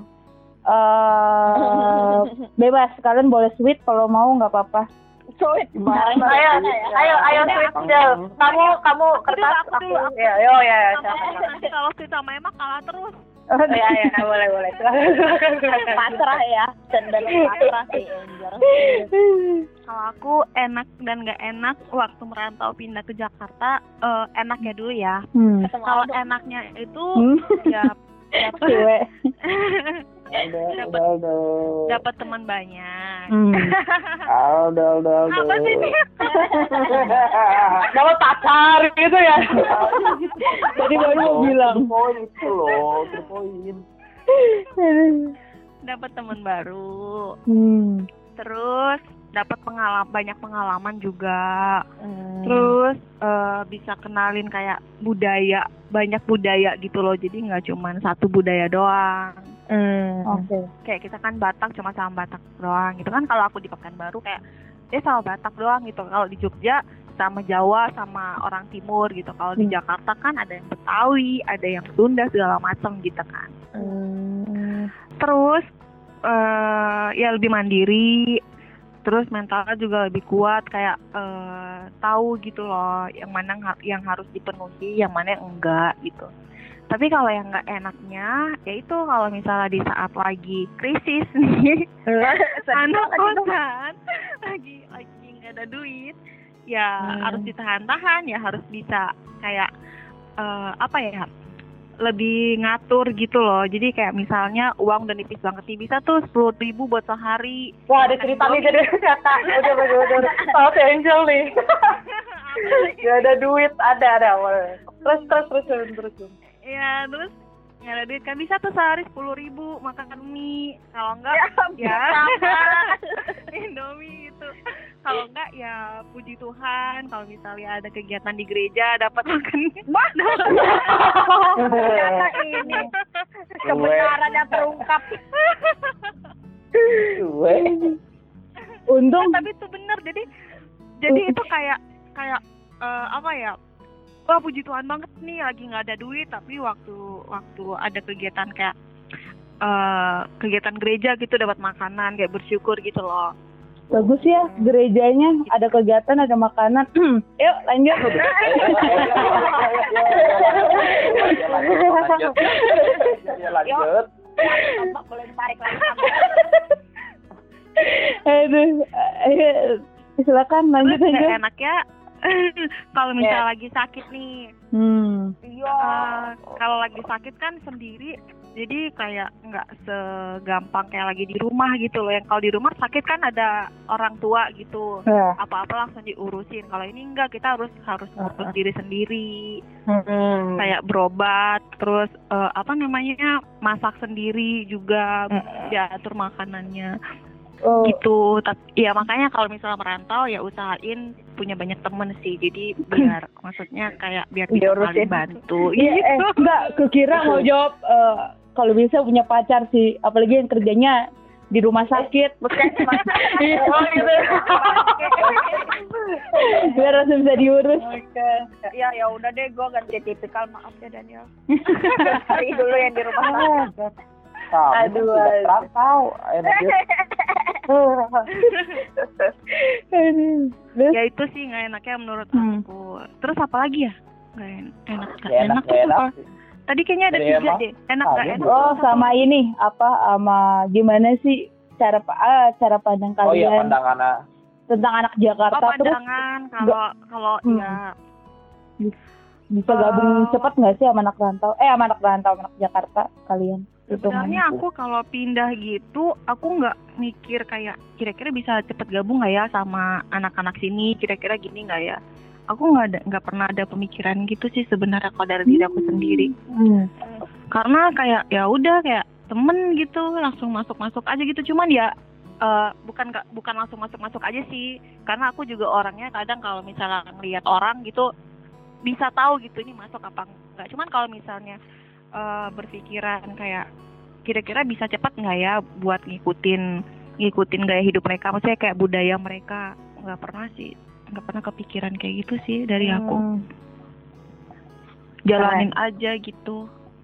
Speaker 4: Bebas, kalian boleh sweet kalau mau nggak apa-apa.
Speaker 2: Sweet.
Speaker 5: Ayo sweet Angel. Kamu kertas aku. Ya.
Speaker 1: Nanti kalau sweet sama Emma kalah terus.
Speaker 5: Ya, boleh.
Speaker 2: Pasrah ya, cenderung pasrah sih Angel.
Speaker 1: Kalau aku enak dan nggak enak waktu merantau pindah ke Jakarta, enaknya dulu ya. Kalau enaknya itu ya dapat teman banyak.
Speaker 3: Udah.
Speaker 1: Apa sih ini?
Speaker 5: Dapat pacar gitu ya.
Speaker 4: Jadi baru mau bilang.
Speaker 3: Poin itu loh, poin.
Speaker 1: Dapat teman baru. Terus dapat banyak pengalaman juga. Terus bisa kenalin kayak banyak budaya gitu loh. Jadi nggak cuma satu budaya doang.
Speaker 4: Oke.
Speaker 1: Kayak kita kan Batak cuma sama Batak doang gitu kan. Kalau aku di Pekanbaru kayak sama Batak doang gitu. Kalau di Jogja sama Jawa sama orang Timur gitu. Kalau di Jakarta kan ada yang Betawi, ada yang Sunda segala macam gitu kan. Terus ya lebih mandiri. Terus mentalnya juga lebih kuat, kayak tahu gitu loh yang mana yang harus dipenuhi, yang mana yang enggak gitu. Tapi kalau yang nggak enaknya, yaitu kalau misalnya di saat lagi krisis nih, anak kosan lagi nggak ada duit, ya harus ditahan-tahan, ya harus bisa kayak lebih ngatur gitu loh. Jadi kayak misalnya uang udah nipis banget nih, bisa tuh 10.000 buat sehari.
Speaker 5: Wah, ada cerita nih jadi kata. Udah. Kalau si Angel nih. Gak ada duit, ada. Terus.
Speaker 1: Ya, terus nggak ada duit kan bisa tuh sehari 10.000 makan mie. Kalau enggak ya Indomie gitu. Kalau enggak ya puji Tuhan kalau misalnya ada kegiatan di gereja dapat makan.
Speaker 2: Ternyata ini kebenarannya terungkap.
Speaker 4: Untung
Speaker 1: tapi itu benar. Jadi itu kayak wah puji Tuhan banget nih lagi nggak ada duit, tapi waktu ada kegiatan kayak kegiatan gereja gitu dapat makanan kayak bersyukur gitu loh.
Speaker 4: Bagus ya, gerejanya ada kegiatan, ada makanan. Yuk lanjut.
Speaker 3: Lanjut.
Speaker 2: Boleh ditarik lagi.
Speaker 4: Aduh, silakan lanjut
Speaker 1: Terus
Speaker 4: aja.
Speaker 1: enaknya kalau misalnya lagi sakit nih, kalau lagi sakit kan sendiri, jadi kayak nggak segampang kayak lagi di rumah gitu loh. Yang kalau di rumah sakit kan ada orang tua gitu, apa-apa langsung diurusin. Kalau ini enggak, kita harus ngurus diri sendiri, kayak berobat, terus masak sendiri juga, diatur makanannya. Gitu. Ya makanya kalau misalnya merantau ya usahain punya banyak temen sih, jadi biar maksudnya kayak biar bisa saling bantu.
Speaker 4: Iya, enggak, kukira mau jawab kalau bisa punya pacar sih, apalagi yang kerjanya di rumah sakit. Biar langsung bisa diurus.
Speaker 2: Ya udah deh, gue ganti tipikal, maaf ya Daniel. Cari dulu yang di rumah sakit.
Speaker 3: Aduh, rantau.
Speaker 1: Ya itu sih nggak enaknya menurut aku. Terus apa lagi ya? Nggak enak. Tadi kayaknya ada 3 deh. Enak nggak enak?
Speaker 4: Oh, sama ini sama gimana sih cara pandang kalian?
Speaker 3: Oh iya, pandangan
Speaker 4: tentang anak Jakarta.
Speaker 1: Pandangan kalau ya
Speaker 4: bisa gabung cepat nggak sih sama anak rantau? Sama anak Jakarta kalian?
Speaker 1: Sebenarnya aku kalau pindah gitu, aku nggak mikir kayak kira-kira bisa cepet gabung nggak ya sama anak-anak sini, kira-kira gini nggak ya. Aku nggak pernah ada pemikiran gitu sih sebenarnya kalau dari diri aku sendiri. Karena kayak ya udah kayak temen gitu, langsung masuk aja gitu. Cuman ya bukan langsung masuk aja sih, karena aku juga orangnya kadang kalau misalnya ngelihat orang gitu bisa tahu gitu ini masuk apa enggak. Cuman kalau misalnya berpikiran kayak kira-kira bisa cepat nggak ya buat ngikutin gaya hidup mereka, maksudnya kayak budaya mereka, nggak pernah kepikiran kayak gitu sih dari aku. Jalanin aja gitu.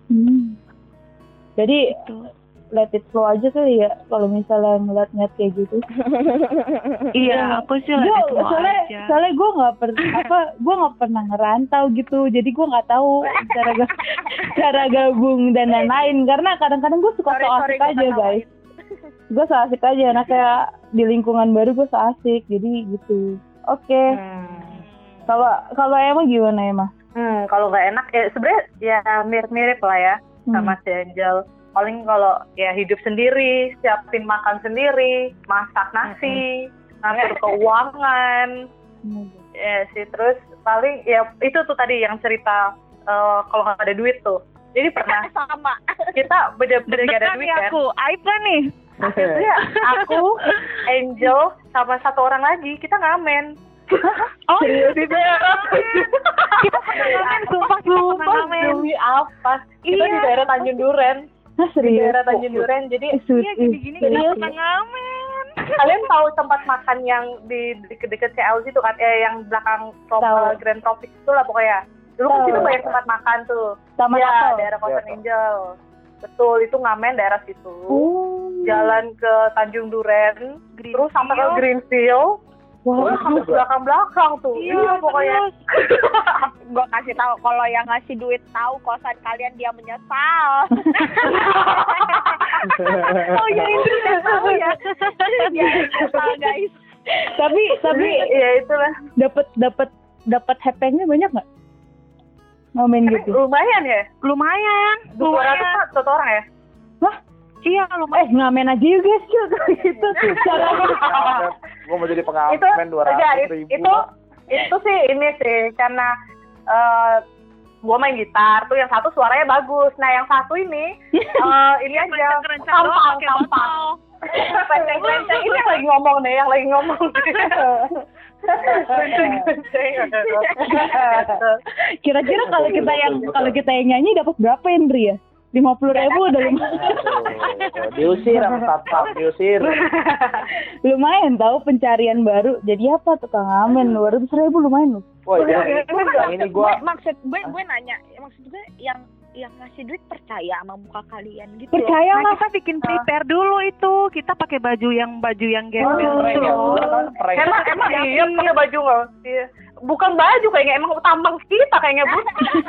Speaker 4: Jadi
Speaker 1: gitu.
Speaker 4: Let it flow aja kali ya kalau misalnya ngeliat kayak gitu.
Speaker 1: Iya, aku sih let it flow aja.
Speaker 4: Soalnya gue nggak pernah ngerantau gitu, jadi gue nggak tahu cara gabung dan lain-lain. Karena kadang-kadang gue suka so asik aja guys. Gue so asik aja, nah kayak di lingkungan baru gue so asik, jadi gitu. Oke. Kalau emang gimana emang?
Speaker 5: Kalau nggak enak ya sebenarnya ya mirip-mirip lah ya sama si Angel. Paling kalau ya hidup sendiri, siapin makan sendiri, masak nasi, ngatur keuangan, ya sih. Terus paling ya itu tuh tadi yang cerita kalau nggak ada duit tuh. Jadi pernah
Speaker 2: sama
Speaker 5: kita bener-bener nggak ada duit kan?
Speaker 1: Aku, Aib kan nih.
Speaker 5: Akhirnya aku, Angel, sama 1 orang lagi kita ngamen.
Speaker 1: Oh serius itu ya? Kita pernah ngamen, sumpah
Speaker 5: Demi apa? Kita di daerah Tanjung Duren. Di daerah Tanjung Duren, jadi
Speaker 1: gini kita pernah ngamen.
Speaker 5: Kalian tahu tempat makan yang di deket CL situ kan? Yang belakang Grand Tropics itu lah pokoknya. Dulu kan situ banyak tempat makan tuh.
Speaker 4: Sama
Speaker 5: ya, daerah Kosan Angel. Betul, itu ngamen daerah situ. Jalan ke Tanjung Duren, terus sampai ke Greenfield. Wah, sampai belakang-belakang tuh. Iya, pokoknya.
Speaker 2: Gue kasih tahu kalau yang ngasih duit tahu kosan kalian dia menyesal.
Speaker 5: Oh ya itu udah tahu ya.
Speaker 2: Ya menyesal guys.
Speaker 4: Tapi
Speaker 5: ya itulah.
Speaker 4: Dapat hepengnya banyak nggak? Ngamen gitu.
Speaker 5: Lumayan ya?
Speaker 1: Lumayan.
Speaker 5: 200 satu orang ya?
Speaker 4: Wah,
Speaker 1: iya lumayan.
Speaker 4: Ngamen aja juga gitu.
Speaker 3: Gue mau jadi pengamen 200.000.
Speaker 5: Itu sih ini sih karena gue main gitar tuh yang satu suaranya bagus. Nah yang satu ini ini aja tampang. Kenceng-kenceng ini yang lagi ngomong.
Speaker 4: Kira-kira kalau kita yang nyanyi dapat berapa Indri ya? 50.000 udah lumayan.
Speaker 3: Diusir sama satpam, diusir.
Speaker 4: Lumayan tahu pencarian baru. Jadi apa tukang ngamen 200.000 lumayan loh.
Speaker 3: Wah, yang ini gue
Speaker 2: maksud gue nanya, maksud gue yang ngasih duit percaya sama muka kalian gitu.
Speaker 4: Percaya
Speaker 1: Nah,
Speaker 4: lah.
Speaker 1: kita bikin prepare dulu itu. Kita pakai baju yang gembel.
Speaker 5: Emang iya pakai baju nggak? Iya. Bukan baju kayaknya, emang tampang kita kayaknya Bu.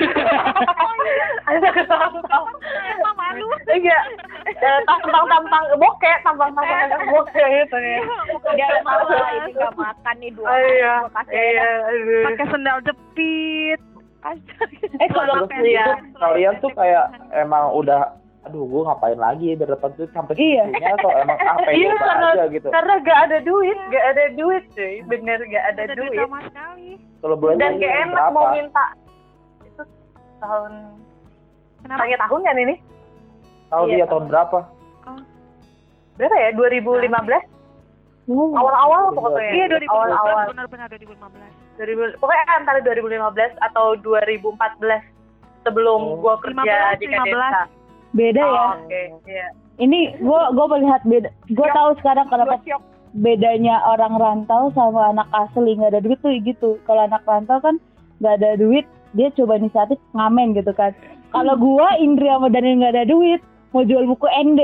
Speaker 1: Emang malu.
Speaker 5: Iya. Tampang bokeh, tampang bokeh gitu ya.
Speaker 2: Dia malah ini nggak makan nih dua.
Speaker 5: Iya.
Speaker 2: Iya.
Speaker 1: Pakai sendal jepit.
Speaker 3: kalau kalian tuh kayak emang udah aduh gue ngapain lagi biar dapat duit sampai segitunya atau emang apa
Speaker 5: Iya,
Speaker 3: aja gitu.
Speaker 5: Karena gak ada duit cuy, bener gak ada duit
Speaker 1: sama sekali.
Speaker 3: Kalau boleh
Speaker 5: dan gak enak
Speaker 3: berapa?
Speaker 5: mau minta itu tahun terakhir tahun kan ini
Speaker 3: Tahu
Speaker 5: Iya,
Speaker 3: dia tahun berapa?
Speaker 5: berapa ya 2015 awal-awal pokoknya
Speaker 1: Iya 2015
Speaker 5: awal-awal
Speaker 1: benar-benar 2015.
Speaker 5: pokoknya antara 2015 atau 2014 sebelum gua kerja di
Speaker 1: 15.
Speaker 5: Kadesa.
Speaker 4: Beda ya.
Speaker 5: Oke, iya.
Speaker 4: Ini gue melihat beda. Gue tahu sekarang kenapa bedanya orang rantau sama anak asli nggak ada duit tuh gitu. Kalau anak rantau kan nggak ada duit, dia coba inisiatif ngamen gitu kan. Kalau gue Indri sama Daniel nggak ada duit, mau jual buku ND.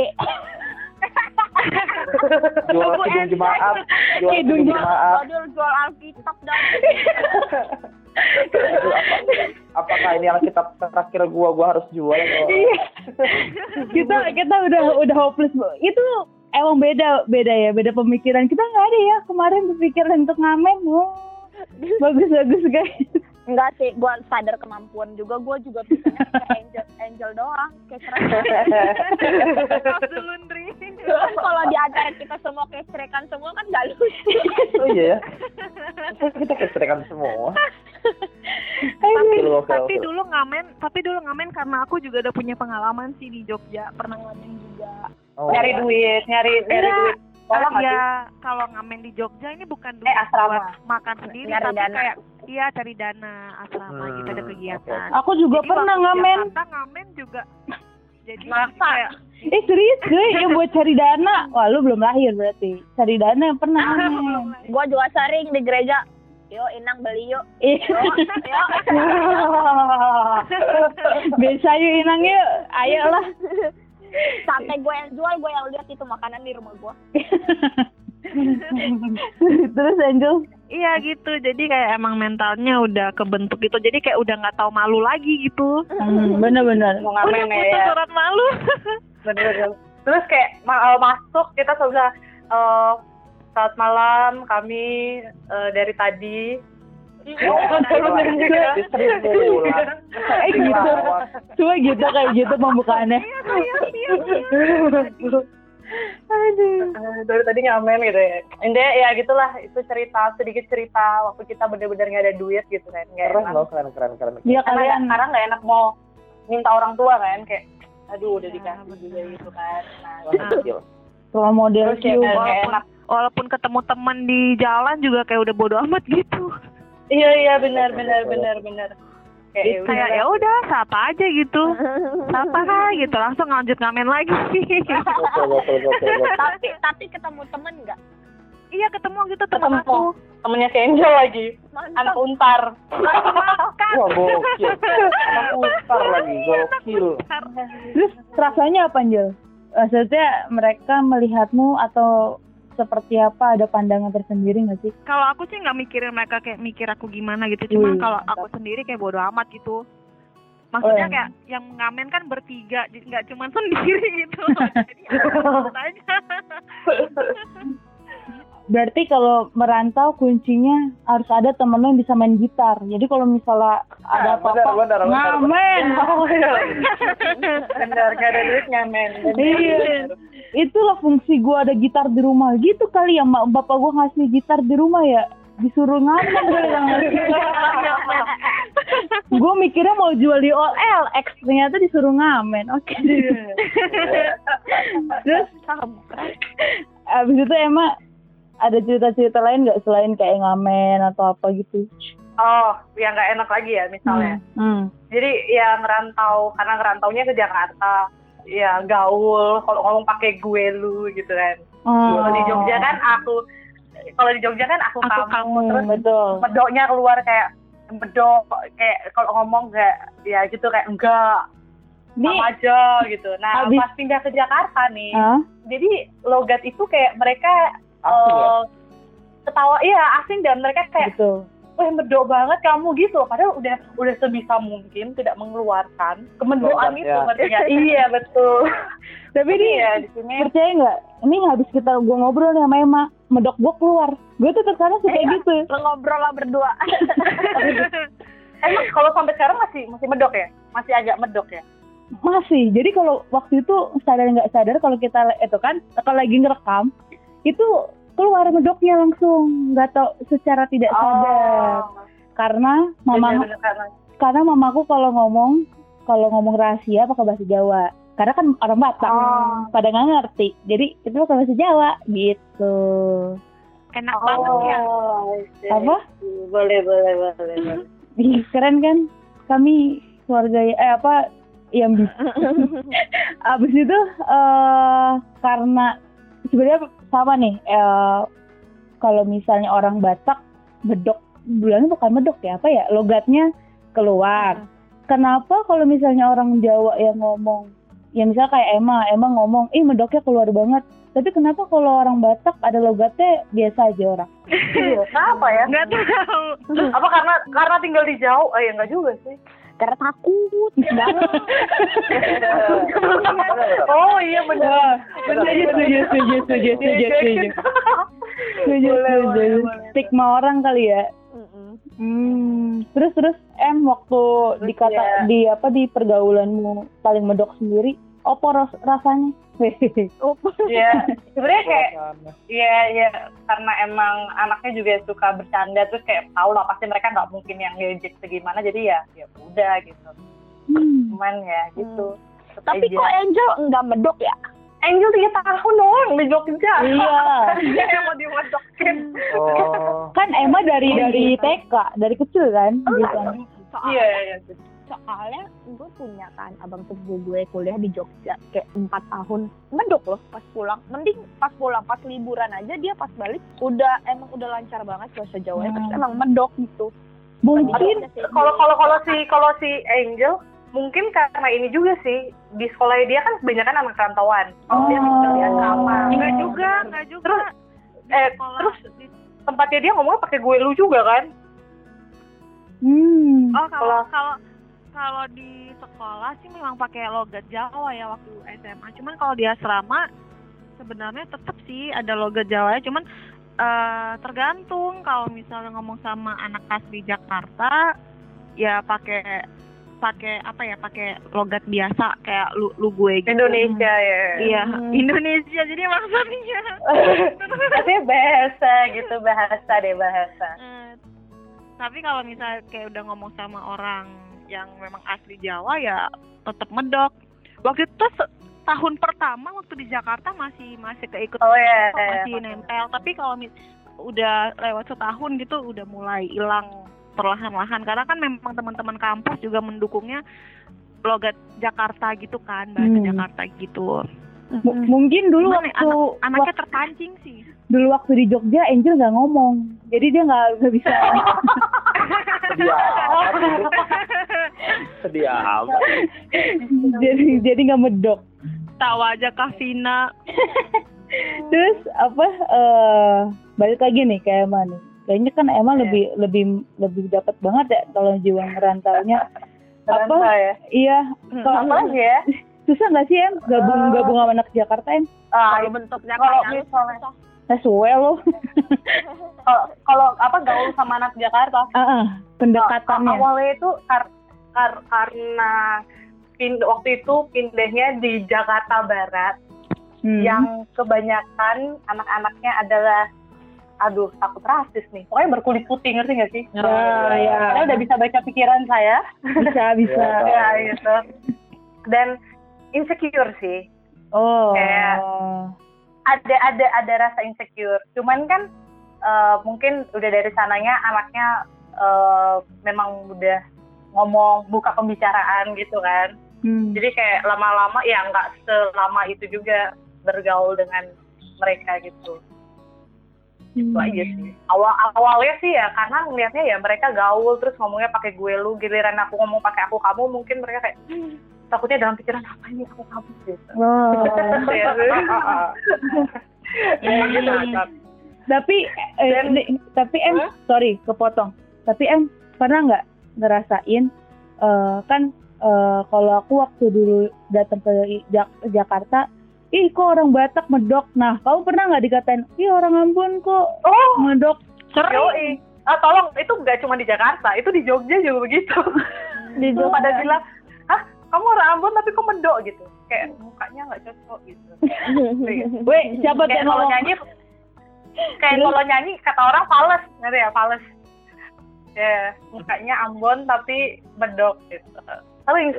Speaker 3: Jual hidung jemaat,
Speaker 2: Jual Alkitab dan
Speaker 3: apakah ini Alkitab terakhir gua harus jual atau?
Speaker 4: kita udah hopeless Bu. Itu emang beda ya, beda pemikiran. Kita nggak ada ya kemarin berpikiran untuk ngamen. Bagus guys.
Speaker 2: enggak sih, gue sadar kemampuan juga, gue juga bisanya kayak angel doang, kayak keren. Kan kalau di acara kita semua kecerekan semua kan gak lucu.
Speaker 3: Oh iya ya. Kita keserikan semua.
Speaker 1: Tapi dulu ngamen karena aku juga udah punya pengalaman sih di Jogja, pernah ngamen juga.
Speaker 5: Nyari duit.
Speaker 1: Iya, kalau ngamen di Jogja ini bukan duit
Speaker 5: asrama.
Speaker 1: buat makan sendiri,
Speaker 2: Cari
Speaker 1: tapi
Speaker 2: dana.
Speaker 1: kayak cari dana asrama gitu, ada kegiatan.
Speaker 4: Aku juga
Speaker 1: Jadi
Speaker 4: pernah
Speaker 1: waktu
Speaker 4: ngamen.
Speaker 1: Jakarta ngamen juga. Jadi
Speaker 5: Masa?
Speaker 1: kayak
Speaker 4: Serius gue ya buat cari dana. Wah lu belum lahir berarti. Cari dana yang pernah ngamen.
Speaker 2: Gue juga sering di gereja. Yo, Inang beli yuk.
Speaker 4: Iya.
Speaker 2: Yo.
Speaker 4: Bisa yuk Inang yuk. Ayolah.
Speaker 2: Sampai gue yang jual, gue yang lihat itu makanan di rumah gue.
Speaker 4: Terus Angel?
Speaker 1: iya gitu, jadi kayak emang mentalnya udah kebentuk gitu, jadi kayak udah nggak tahu malu lagi gitu.
Speaker 4: Bener-bener.
Speaker 5: Mau ngamen
Speaker 1: Udah
Speaker 5: ya.
Speaker 1: putus surat malu.
Speaker 5: Bener. Terus kayak masuk kita sudah saat malam kami dari tadi.
Speaker 4: Gitu. Cuma gitu kayak gitu pembukaannya.
Speaker 5: Dari tadi ngamen gitu ya. Intinya ya gitulah, itu sedikit cerita waktu kita bener-bener nggak ada duit gitu kan.
Speaker 3: Keren loh, keren.
Speaker 4: Iya kalian.
Speaker 5: Sekarang nggak enak mau minta orang tua kan, kayak aduh udah dikasih juga gitu kan.
Speaker 4: Kalau model
Speaker 5: Terus kayak nggak enak.
Speaker 1: Walaupun ketemu teman di jalan juga kayak udah bodo amat gitu.
Speaker 5: Iya benar.
Speaker 1: Kayak ya udah sapa aja gitu. Sapa gitu, langsung lanjut ngamen lagi.
Speaker 2: Tapi ketemu temen nggak?
Speaker 1: Iya ketemu gitu temen aku.
Speaker 5: Temennya si Angel lagi, anak untar.
Speaker 3: Wah gokil. Anak untar lagi, gokil.
Speaker 4: Terus rasanya apa Angel? Maksudnya mereka melihatmu atau seperti apa, ada pandangan tersendiri nggak sih?
Speaker 1: Kalau aku sih nggak mikirin mereka kayak mikir aku gimana gitu, cuma kalau aku sendiri kayak bodo amat gitu. Maksudnya kayak yang ngamen kan bertiga, jadi nggak cuma sendiri gitu. Jadi aja.
Speaker 4: Berarti kalau merantau kuncinya harus ada temen lo yang bisa main gitar. Jadi kalau misalnya ada apa-apa ngamen.
Speaker 5: Bener, nggak ada duit ngamen.
Speaker 4: Iya. Itulah fungsi gue ada gitar di rumah. Gitu kali ya bapak gue ngasih gitar di rumah ya. Disuruh ngamen gue mikirnya mau jual di OLX, ternyata disuruh ngamen. Oke. Terus abis itu emang ada cerita-cerita lain nggak selain kayak ngamen atau apa gitu?
Speaker 5: yang nggak enak lagi ya misalnya. Jadi ya ngerantau, karena ngerantaunya ke Jakarta, ya gaul, kalau ngomong pakai gue lu gitu kan. Kalau di Jogja kan aku kamu, terus medoknya keluar kayak medok, kayak kalau ngomong kayak ya gitu kayak enggak, sama aja gitu. Nah pas pindah ke Jakarta nih, jadi logat itu kayak mereka ketawa, iya asing, dan mereka kayak wah medok banget kamu gitu, padahal udah sebisa mungkin tidak mengeluarkan kemedokan itu, artinya. Iya betul.
Speaker 4: Tapi ini
Speaker 5: ya, di sini
Speaker 4: percaya nggak? Ini habis gue ngobrol nih sama Emma, medok gue keluar. Gue tuh terkadang kayak gitu.
Speaker 2: Lo ngobrol lah berdua.
Speaker 5: Emang kalau sampai sekarang masih medok ya? Masih agak medok ya?
Speaker 4: Masih. Jadi kalau waktu itu sadar nggak sadar, kalau kita itu kan kalau lagi ngerekam itu keluar medoknya langsung, nggak tahu, secara tidak sadar. Karena mamaku kalau ngomong rahasia pakai bahasa Jawa. Karena kan orang Batak, pada nggak ngerti. Jadi itu pakai bahasa Jawa gitu.
Speaker 1: Enak banget ya.
Speaker 4: Apa?
Speaker 5: Boleh.
Speaker 4: Keren kan? Kami keluarga yang bisa. Abis itu karena sebenarnya sama nih. Kalau misalnya orang Batak medok, bilangnya bukan medok ya, apa ya? Logatnya keluar. Kenapa kalau misalnya orang Jawa yang ngomong, ya misalnya kayak Emma ngomong, medoknya keluar banget. Tapi kenapa kalau orang Batak ada logatnya biasa aja orang?
Speaker 5: Kenapa ya?
Speaker 1: Nggak tahu.
Speaker 5: Apa karena tinggal di jauh? Ya nggak juga sih.
Speaker 2: Karena takut banget.
Speaker 5: Oh iya benar.
Speaker 4: Setuju. Stigma orang kali ya. Terus waktu di pergaulanmu paling medok sendiri, apa rasanya?
Speaker 5: Ya sebenarnya kayak ya karena emang anaknya juga suka bercanda, terus kayak tahu lah pasti mereka nggak mungkin yang ngejek segimana, jadi ya udah gitu. Cuman ya gitu.
Speaker 2: Tapi kok Angel nggak medok ya?
Speaker 5: Angel 3 tahun doang di Jogja.
Speaker 4: Iya.
Speaker 5: Dia yang mau dimedokin.
Speaker 4: Kan Emma dari TK, dari kecil kan?
Speaker 5: Iya.
Speaker 2: Soalnya gue punya kan abang sepupu gue kuliah di Jogja kayak 4 tahun, medok loh pas pulang. Mending pas pulang, pas liburan aja, dia pas balik udah lancar banget bahasa Jawanya, terus emang medok gitu.
Speaker 4: Mungkin
Speaker 5: kalau si Angel mungkin karena ini juga sih, di sekolah dia kan kebanyakan anak rantauan. Dia tinggal di asrama. Enggak juga. Terus tempatnya dia ngomongnya pakai gue lu juga kan?
Speaker 1: Kalau di sekolah sih memang pakai logat Jawa ya waktu SMA. Cuman kalau di asrama sebenarnya tetap sih ada logat Jawanya. Cuman tergantung, kalau misalnya ngomong sama anak asli Jakarta ya pakai logat biasa kayak lu gue gitu.
Speaker 5: Indonesia ya.
Speaker 1: Iya, Indonesia. Jadi maksudnya
Speaker 5: artinya bahasa gitu, bahasa.
Speaker 1: Tapi kalau misalnya kayak udah ngomong sama orang yang memang asli Jawa ya tetap medok. Waktu itu tahun pertama waktu di Jakarta masih keikut, masih nempel. Tapi kalau udah lewat setahun gitu udah mulai hilang perlahan-lahan, karena kan memang teman-teman kampus juga mendukungnya logat Jakarta gitu kan, bahasa Jakarta gitu.
Speaker 4: Mungkin dulu
Speaker 1: anaknya terpancing sih.
Speaker 4: Dulu waktu di Jogja Angel nggak ngomong, jadi dia nggak bisa.
Speaker 3: Sedih amat.
Speaker 4: Jadi nggak medok.
Speaker 1: Tahu aja Kak Vina.
Speaker 4: Terus balik lagi nih ke Emma nih. Kayaknya kan Emma lebih dapat banget ya kalau jiwa ngerantaunya.
Speaker 5: Ya?
Speaker 4: Iya.
Speaker 5: Apa lagi ya?
Speaker 4: Susah nggak sih gabung sama anak Jakarta
Speaker 2: Kalau bentuknya
Speaker 5: kalau misalnya
Speaker 4: sesuai loh.
Speaker 5: Kalau gaul sama anak Jakarta.
Speaker 4: Pendekatannya.
Speaker 5: Awalnya itu karena waktu itu pindahnya di Jakarta Barat, yang kebanyakan anak-anaknya adalah, takut rasis nih. Pokoknya berkulit putih, ngerti nggak sih?
Speaker 4: Ya.
Speaker 5: Saya udah bisa baca pikiran saya.
Speaker 4: Bisa.
Speaker 5: Ya gitu. Dan insecure sih. Kayak ada rasa insecure. Cuman kan mungkin udah dari sananya anaknya memang udah ngomong buka pembicaraan gitu kan. Jadi kayak lama-lama ya nggak selama itu juga bergaul dengan mereka gitu. Itu aja sih. Awalnya sih ya karena ngeliatnya ya mereka gaul terus ngomongnya pakai gue lu, giliran aku ngomong pakai aku kamu, mungkin mereka kayak takutnya dalam pikiran apa ini aku kamu gitu. Gitu.
Speaker 4: Tapi sorry kepotong. Tapi pernah nggak ngerasain kan kalau aku waktu dulu datang ke Jakarta, ih kok orang Batak medok. Nah, kamu pernah nggak dikatain, ih orang Ambon kok medok?
Speaker 5: Sering. Tolong, itu nggak cuma di Jakarta, itu di Jogja juga begitu. Di Jogja pada bilang, hah kamu orang Ambon tapi kok medok gitu. Kayak mukanya nggak cocok gitu.
Speaker 4: Weh, siapa yang
Speaker 5: kalau nyanyi? Kayak kalau nyanyi kata orang fales, ngerti ya, fales. Ya, mukanya Ambon tapi medok gitu. Sering.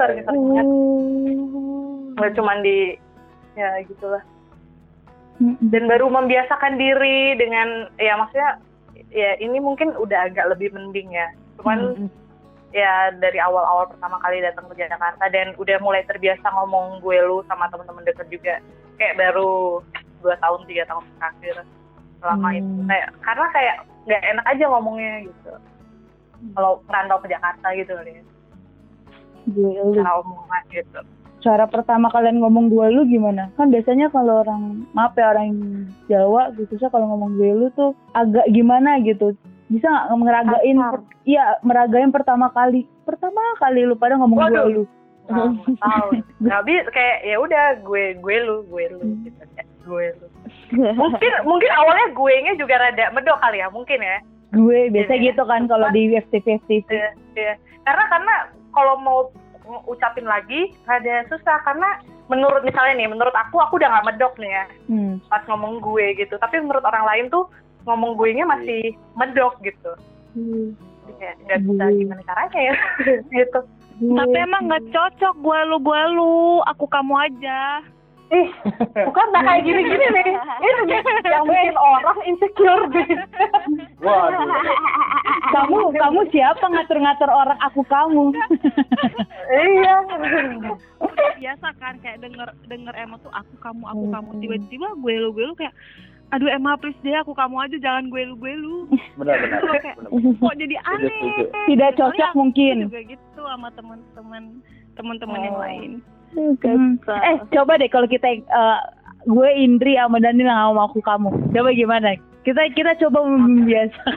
Speaker 5: Nggak cuma di, ya gitulah. Dan baru membiasakan diri dengan, ya maksudnya, ya ini mungkin udah agak lebih mending ya. Cuman, ya dari awal-awal pertama kali datang ke Jakarta dan udah mulai terbiasa ngomong gue lu sama teman-teman deket juga. Kayak baru 2 tahun, 3 tahun terakhir selama itu. Karena kayak nggak enak aja ngomongnya gitu. Kalau merantau ke Jakarta gitu kali ya. Cara omongan gitu.
Speaker 4: Cara pertama kalian ngomong gue lu gimana? Kan biasanya kalau orang Jawa gitu, kalau ngomong gue lu tuh agak gimana gitu. Bisa nggak ngeragain? Iya, meragain pertama kali lu pada ngomong gue lu.
Speaker 5: Tahu. Tapi kayak ya udah gue lu gitu kayak gue lu. Mungkin awalnya gue-nya juga rada medok kali ya, mungkin ya.
Speaker 4: Gue biasa gitu kan kalau di FTV.
Speaker 5: Iya. Karena kalau mau ucapin lagi rada susah karena menurut aku udah nggak medok nih ya pas ngomong gue gitu, tapi menurut orang lain tuh ngomong gue-nya masih medok gitu. Jadi kayak nggak bisa gimana caranya ya gitu.
Speaker 1: Tapi emang nggak cocok gue lu, aku kamu aja.
Speaker 5: Bukan kayak gini-gini nih. Ini yang bikin orang insecure deh.
Speaker 3: Waduh.
Speaker 4: Kamu siapa ngatur-ngatur orang aku kamu?
Speaker 5: Iya.
Speaker 1: Biasa kan kayak denger Emma tuh aku kamu tiba-tiba gue lu kayak aduh Emma please deh aku kamu aja jangan gue lu.
Speaker 3: Benar.
Speaker 1: Kok jadi aneh.
Speaker 4: Tidak cocok mungkin.
Speaker 1: Juga gitu sama teman-teman yang lain.
Speaker 4: Coba deh kalau kita gue Indri sama Daniel nggak mau aku kamu. Coba gimana? Kita coba membiasa.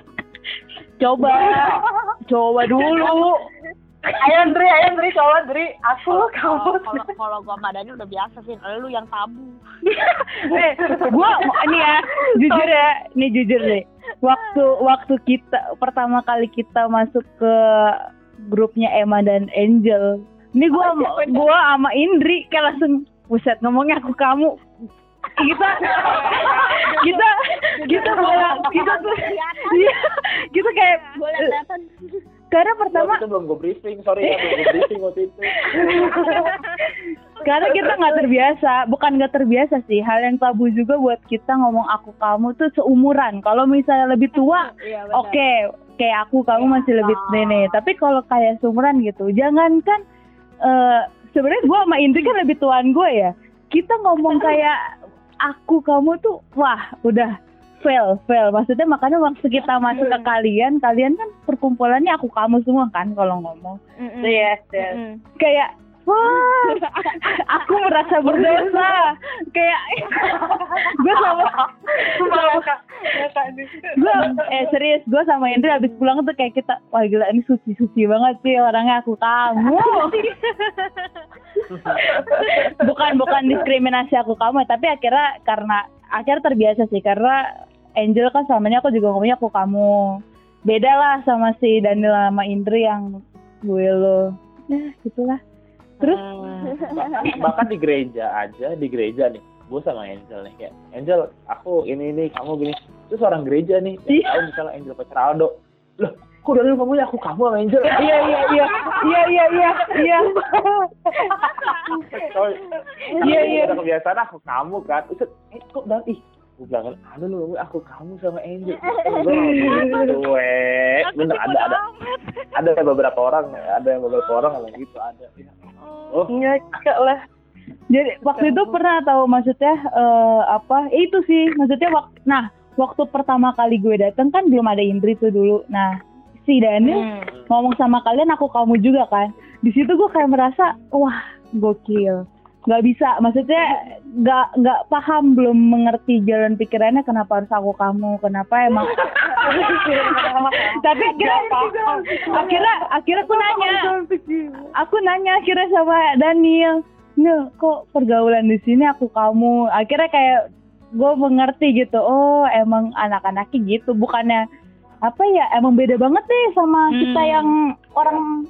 Speaker 4: Coba dulu.
Speaker 5: Ayo Dri, coba Dri. Aku kamu.
Speaker 2: Kalau gua sama Daniel udah biasa sih. Lu yang tabu.
Speaker 4: Gua ini ya, jujur deh. Waktu kita pertama kali kita masuk ke grupnya Emma dan Angel. Ini gua sama Indri kayak langsung buset ngomongnya aku kamu. Kita kayak karena pertama
Speaker 3: itu belum gue briefing, sorry ya belum gue briefing waktu itu.
Speaker 4: Karena kita bukan nggak terbiasa sih, hal yang tabu juga buat kita ngomong aku kamu tuh seumuran. Kalau misalnya lebih tua, oke, kayak aku kamu masih lebih nenek. Tapi kalau kayak seumuran gitu, jangankan sebenarnya gue sama Indri kan lebih tuaan gue ya. Kita ngomong kayak aku kamu tuh wah udah fail. Maksudnya makanya waktu kita masuk ke kalian kan perkumpulannya aku kamu semua kan kalau ngomong.
Speaker 5: Yes.
Speaker 4: Kayak wah, aku merasa berdosa. Kayak serius gue sama Indri habis pulang tuh kayak kita wah gila ini suci banget sih orangnya aku kamu. bukan diskriminasi aku kamu, tapi akhirnya terbiasa sih karena Angel kan selamanya aku juga ngomongnya aku kamu. Beda lah sama si Daniel sama Indri yang gue lo. Ya gitulah. Terus
Speaker 3: bahkan di gereja nih gue sama Angel nih kayak Angel aku ini kamu gini, terus orang gereja nih tahu misalnya Angel pacar Aldo, loh kok dari kamu ya aku kamu sama Angel. Iya udah kebiasaan aku kamu kan, kok dari Gue bilang, aduh lu, aku kamu sama Angel. Bener ada beberapa orang yang gitu ada.
Speaker 4: Oh, ngakak lah. Jadi waktu itu pernah tahu maksudnya itu sih maksudnya waktu pertama kali gue datang kan belum ada Indri tuh dulu. Nah si Daniel ngomong sama kalian aku kamu juga kan. Di situ gue kayak merasa wah gokil. Nggak bisa, maksudnya nggak paham, belum mengerti jalan pikirannya kenapa harus aku kamu, kenapa emang. Tapi akhirnya aku nanya akhirnya sama Daniel, Nil kok pergaulan di sini aku kamu. Akhirnya kayak gue mengerti gitu, oh emang anak-anaknya gitu, bukannya emang beda banget deh sama kita yang orang.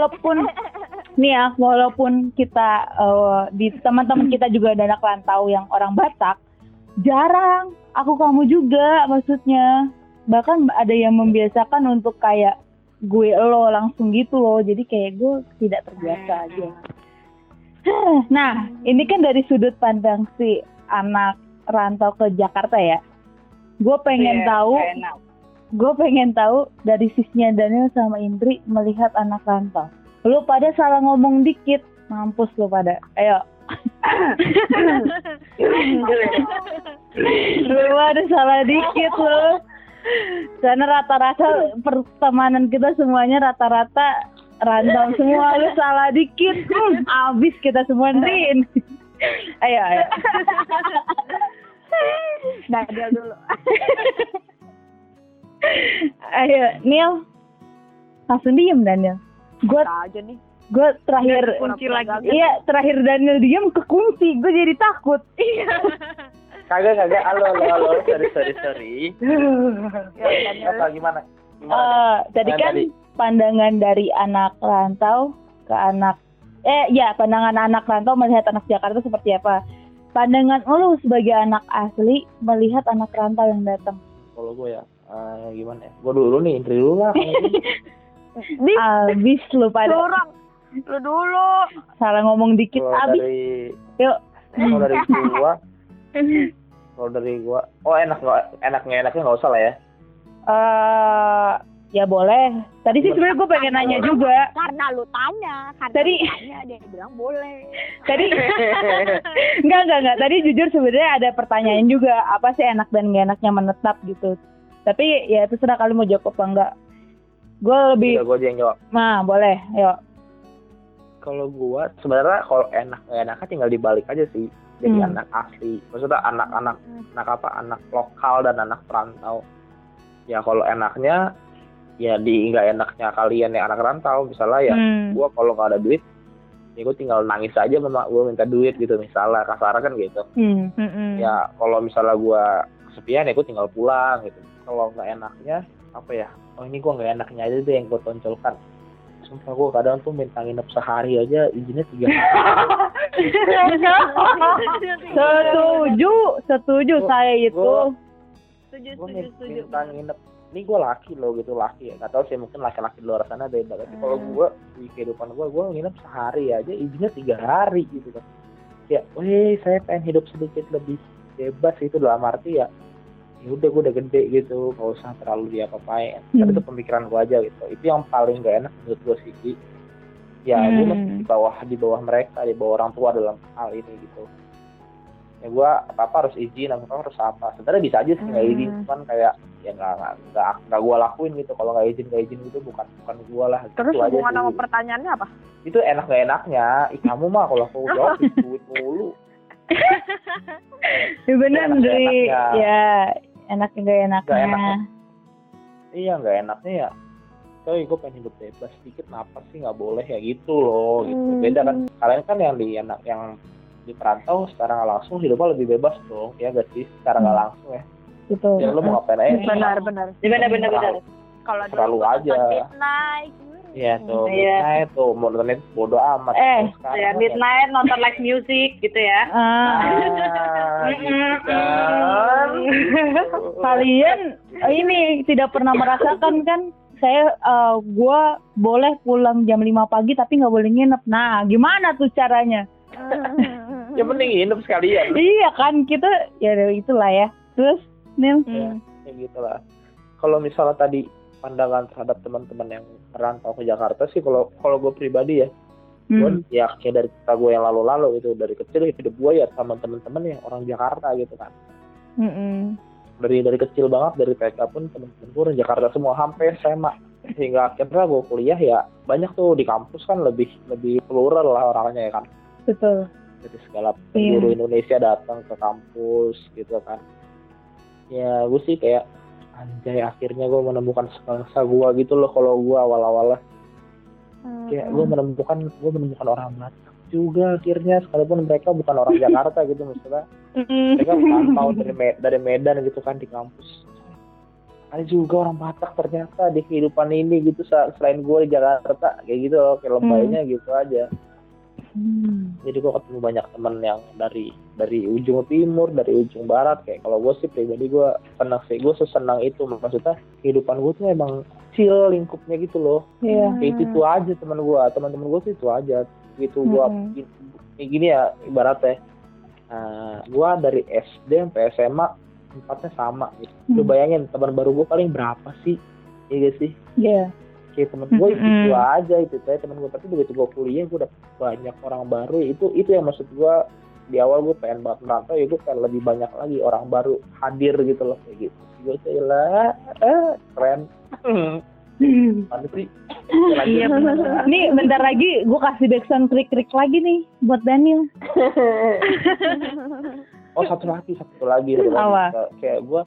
Speaker 4: Walaupun kita di teman-teman kita juga ada anak rantau yang orang Batak, jarang aku kamu juga maksudnya. Bahkan ada yang membiasakan untuk kayak gue lo langsung gitu loh. Jadi kayak gue tidak terbiasa aja. Nah, ini kan dari sudut pandang si anak rantau ke Jakarta ya. Gue pengen tahu dari sisinya Daniel sama Indri melihat anak rantau. Lu pada salah ngomong dikit, mampus lu pada. Ayo. Lu pada salah dikit lu. Karena rata-rata pertemanan kita semuanya rata-rata rantau semua. Lu salah dikit, abis kita semua Indri. Ayo.
Speaker 2: Daniel dulu.
Speaker 4: Ayo, Neil. Langsung diem Daniel. Gue terakhir
Speaker 1: kunci lagi.
Speaker 4: Iya, terakhir Daniel diem kekunci. Gue jadi takut.
Speaker 3: Kagak. Halo. Sorry. Apa gimana?
Speaker 4: Tadi kan pandangan dari anak rantau ke anak pandangan anak rantau melihat anak Jakarta seperti apa? Pandangan lu sebagai anak asli melihat anak rantau yang datang.
Speaker 3: Kalau gue ya gimana ya? Gue dulu nih, Indri dulu lah.
Speaker 4: Abis lu pada.
Speaker 2: Lu dulu.
Speaker 4: Salah ngomong dikit abis. Yuk.
Speaker 3: Kalau dari gua, enaknya nggak usah lah ya.
Speaker 4: Ya boleh. Tadi sih sebenarnya gue pengen nanya juga.
Speaker 2: Karena lu tanya. Dia bilang boleh.
Speaker 4: Tadi enggak. Tadi jujur sebenarnya ada pertanyaan juga. Apa sih enak dan nggak enaknya menetap gitu. Tapi ya terserah kalian mau jawab apa enggak. Gue lebih.
Speaker 3: Gue aja yang jawab.
Speaker 4: Nah boleh, yuk.
Speaker 3: Kalau gue sebenarnya kalau enaknya tinggal dibalik aja sih. Jadi anak asli. Maksudnya anak lokal dan anak perantau. Ya kalau enaknya ya nggak enaknya kalian yang anak rantau. Misalnya ya gue kalau nggak ada duit, ya gue tinggal nangis aja gue minta duit gitu misalnya, kasar kan gitu. Ya kalau misalnya gue kesepian ya gue tinggal pulang gitu. Kalau nggak enaknya apa ya? Oh ini gue nggak enaknya aja deh yang gue tonjolkan. Sumpah gue kadang tuh minta nginep sehari aja izinnya 3 hari.
Speaker 4: Setuju saya itu.
Speaker 3: Gue minta nginep. Ini gue laki ya. Gak tau sih mungkin laki-laki di luar sana beda. Tapi kalau gue di kehidupan gue nginep sehari aja izinnya 3 hari gitu kan. Ya, saya pengen hidup sedikit lebih bebas itu dalam arti ya udah gue udah gede gitu, gak usah terlalu diapa-apain. Tapi itu pemikiran gue aja gitu. Itu yang paling gak enak menurut gue sih. Ya gue masih di bawah mereka, di bawah orang tua dalam hal ini gitu. Ya gue apa harus izin, apa harus apa. Sebenarnya bisa aja sih nggak izin, cuman kayak ya nggak gue lakuin gitu. Kalau nggak izin gitu bukan gue lah.
Speaker 2: Terus
Speaker 3: gitu
Speaker 2: hubungan sama pertanyaannya apa?
Speaker 3: Itu enak gak enaknya. Kamu mah kalau aku jawab duit mulu.
Speaker 4: Ya benar Dri. Ya enaknya gak enaknya.
Speaker 3: Iya gak enaknya ya. Coy gue pengen hidup bebas sedikit, napas sih nggak boleh ya gitu loh. Gitu. Beda kan. Kalian kan yang di perantau secara nggak langsung hidupnya lebih bebas dong. Ya gak sih secara nggak langsung ya.
Speaker 4: Betul.
Speaker 3: Ya lo mau ngapain aja?
Speaker 2: Benar. Kalau
Speaker 3: terlalu aja.
Speaker 2: Midnight.
Speaker 3: Iya tuh, midnight tuh, mau nonton itu bodo amat.
Speaker 5: Ya midnight nonton live music gitu ya.
Speaker 4: Kalian ini tidak pernah merasakan kan? Gue boleh pulang jam 5 pagi tapi nggak boleh nginep. Nah, gimana tuh caranya?
Speaker 3: Ya mending nginep sekalian.
Speaker 4: Iya kan, kita ya itulah ya. Terus Nil?
Speaker 3: Ya, kayak gitulah. Kalau misalnya tadi pandangan terhadap teman-teman yang merantau ke Jakarta sih, kalau gue pribadi ya, gue ya kayak dari cerita gue yang lalu-lalu itu, dari kecil hidup gue ya sama teman-teman yang orang Jakarta gitu kan. Dari kecil banget, dari TK pun teman-teman gue orang Jakarta semua sampai SMA, hingga akhirnya gue kuliah ya banyak tuh di kampus kan, lebih plural lah orangnya ya kan.
Speaker 4: Betul.
Speaker 3: Dari segala penjuru Indonesia datang ke kampus gitu kan. Ya gue sih kayak anjay, akhirnya gue menemukan bangsa gue gitu loh. Kalau gue awal-awalnya kayak gue menemukan orang Batak juga akhirnya, sekalipun mereka bukan orang Jakarta gitu, maksudnya mereka merantau dari Medan gitu kan di kampus. Ada juga orang Batak ternyata di kehidupan ini gitu, selain gue di Jakarta kayak gitu loh, kayak lebaynya gitu aja. Jadi gue ketemu banyak teman yang dari ujung timur, dari ujung barat. Kayak kalau gue sih pribadi gue senang sih, gue sesenang itu, maksudnya kehidupan gue tuh emang kecil lingkupnya gitu loh. Kayak itu aja teman-teman gue tuh itu aja gitu. Gue kayak gini ya ibaratnya, gue dari SD sampai SMA tempatnya sama gitu. Lu bayangin teman baru gue paling berapa sih, iya gak sih?
Speaker 4: Iya.
Speaker 3: Kayak temen gue itu aja, itu saya temen gue. Tapi begitu gue kuliah gue udah banyak orang baru. Itu yang maksud gue, di awal gue pengen banget merantau ya, gue pengen lebih banyak lagi orang baru hadir gitu loh, kayak gitu. Gue lah keren. Mana sih?
Speaker 4: Iya, nih bentar lagi gue kasih backsound krik-krik lagi nih buat Daniel.
Speaker 3: Oh satu lagi. Kayak gue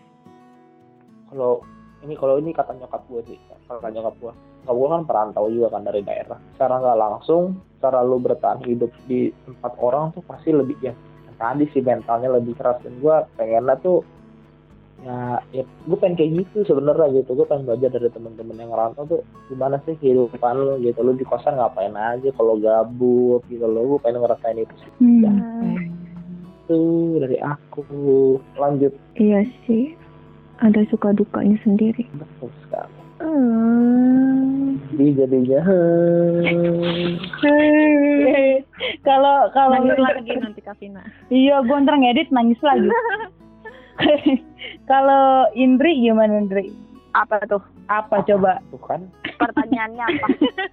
Speaker 3: kalau ini kata nyokap gue sih, kata nyokap gue kan perantau juga kan dari daerah. Secara nggak langsung, cara lu bertahan hidup di tempat orang tuh pasti lebih yang tadi sih, mentalnya lebih keras. Dan gue pengennya tuh ya gue pengen kayak gitu sebenarnya gitu. Gue pengen belajar dari teman-teman yang ngerantau tuh gimana sih kehidupan lu gitu. Lu di kosan ngapain aja kalau gabut gitu loh. Gue pengen ngerasain itu sih. Itu dari aku. Lanjut.
Speaker 2: Iya sih, ada suka dukanya sendiri.
Speaker 3: Betul sekali. Jadinya
Speaker 4: kalau
Speaker 1: nangis lagi nanti Kavina.
Speaker 4: Iya, gue ntar ngedit nangis lagi. Kalau Indri gimana, Indri?
Speaker 2: Apa tuh?
Speaker 4: Apa coba?
Speaker 3: Tuh kan.
Speaker 2: Pertanyaannya apa?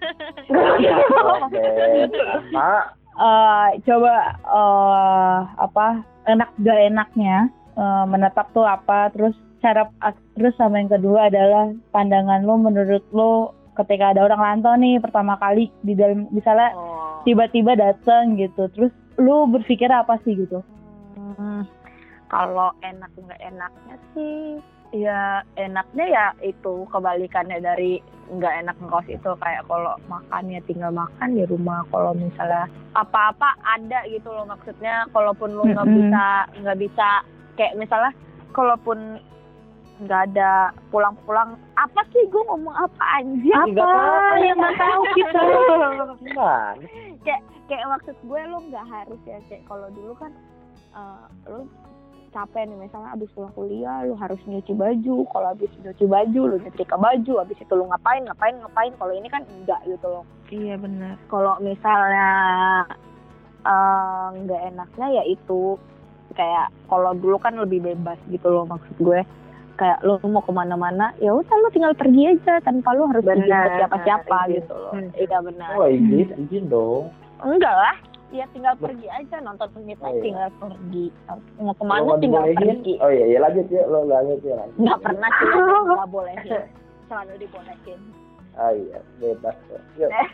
Speaker 4: Coba apa enak gak enaknya menetap tuh apa, terus sama yang kedua adalah pandangan lo, menurut lo ketika ada orang rantau nih pertama kali di dalam, misalnya tiba-tiba datang gitu, terus lo berpikir apa sih gitu?
Speaker 2: Kalau enak nggak enaknya sih, ya enaknya ya itu kebalikannya dari nggak enak ngekos itu. Kayak kalau makannya tinggal makan di rumah, kalau misalnya apa-apa ada gitu loh, maksudnya kalaupun lo nggak bisa kayak misalnya kalaupun nggak ada pulang-pulang, apa sih gue ngomong apa anjir?
Speaker 4: Apa yang nggak tahu kita?
Speaker 2: kayak maksud gue lo nggak harus ya, kayak kalau dulu kan lo capek nih misalnya abis pulang kuliah lo harus nyuci baju, kalau abis nyuci baju lo nyetrika baju, abis itu lo ngapain. Kalau ini kan enggak gitu loh.
Speaker 1: Iya benar.
Speaker 2: Kalau misalnya nggak enaknya ya itu kayak kalau dulu kan lebih bebas gitu loh, maksud gue kayak lo mau kemana-mana ya udah lo tinggal pergi aja tanpa lo harus izin ke siapa-siapa gitu loh. Iya benar.
Speaker 3: Oh izin dong.
Speaker 2: Enggak lah, ya tinggal pergi aja, nonton midnight tinggal pergi, mau kemana tinggal pergi.
Speaker 3: Oh iya lanjut ya, lo lanjut ya.
Speaker 2: Nggak pernah sih, nggak bolehin, selalu dibolehin.
Speaker 3: Oh iya, bebas tuh.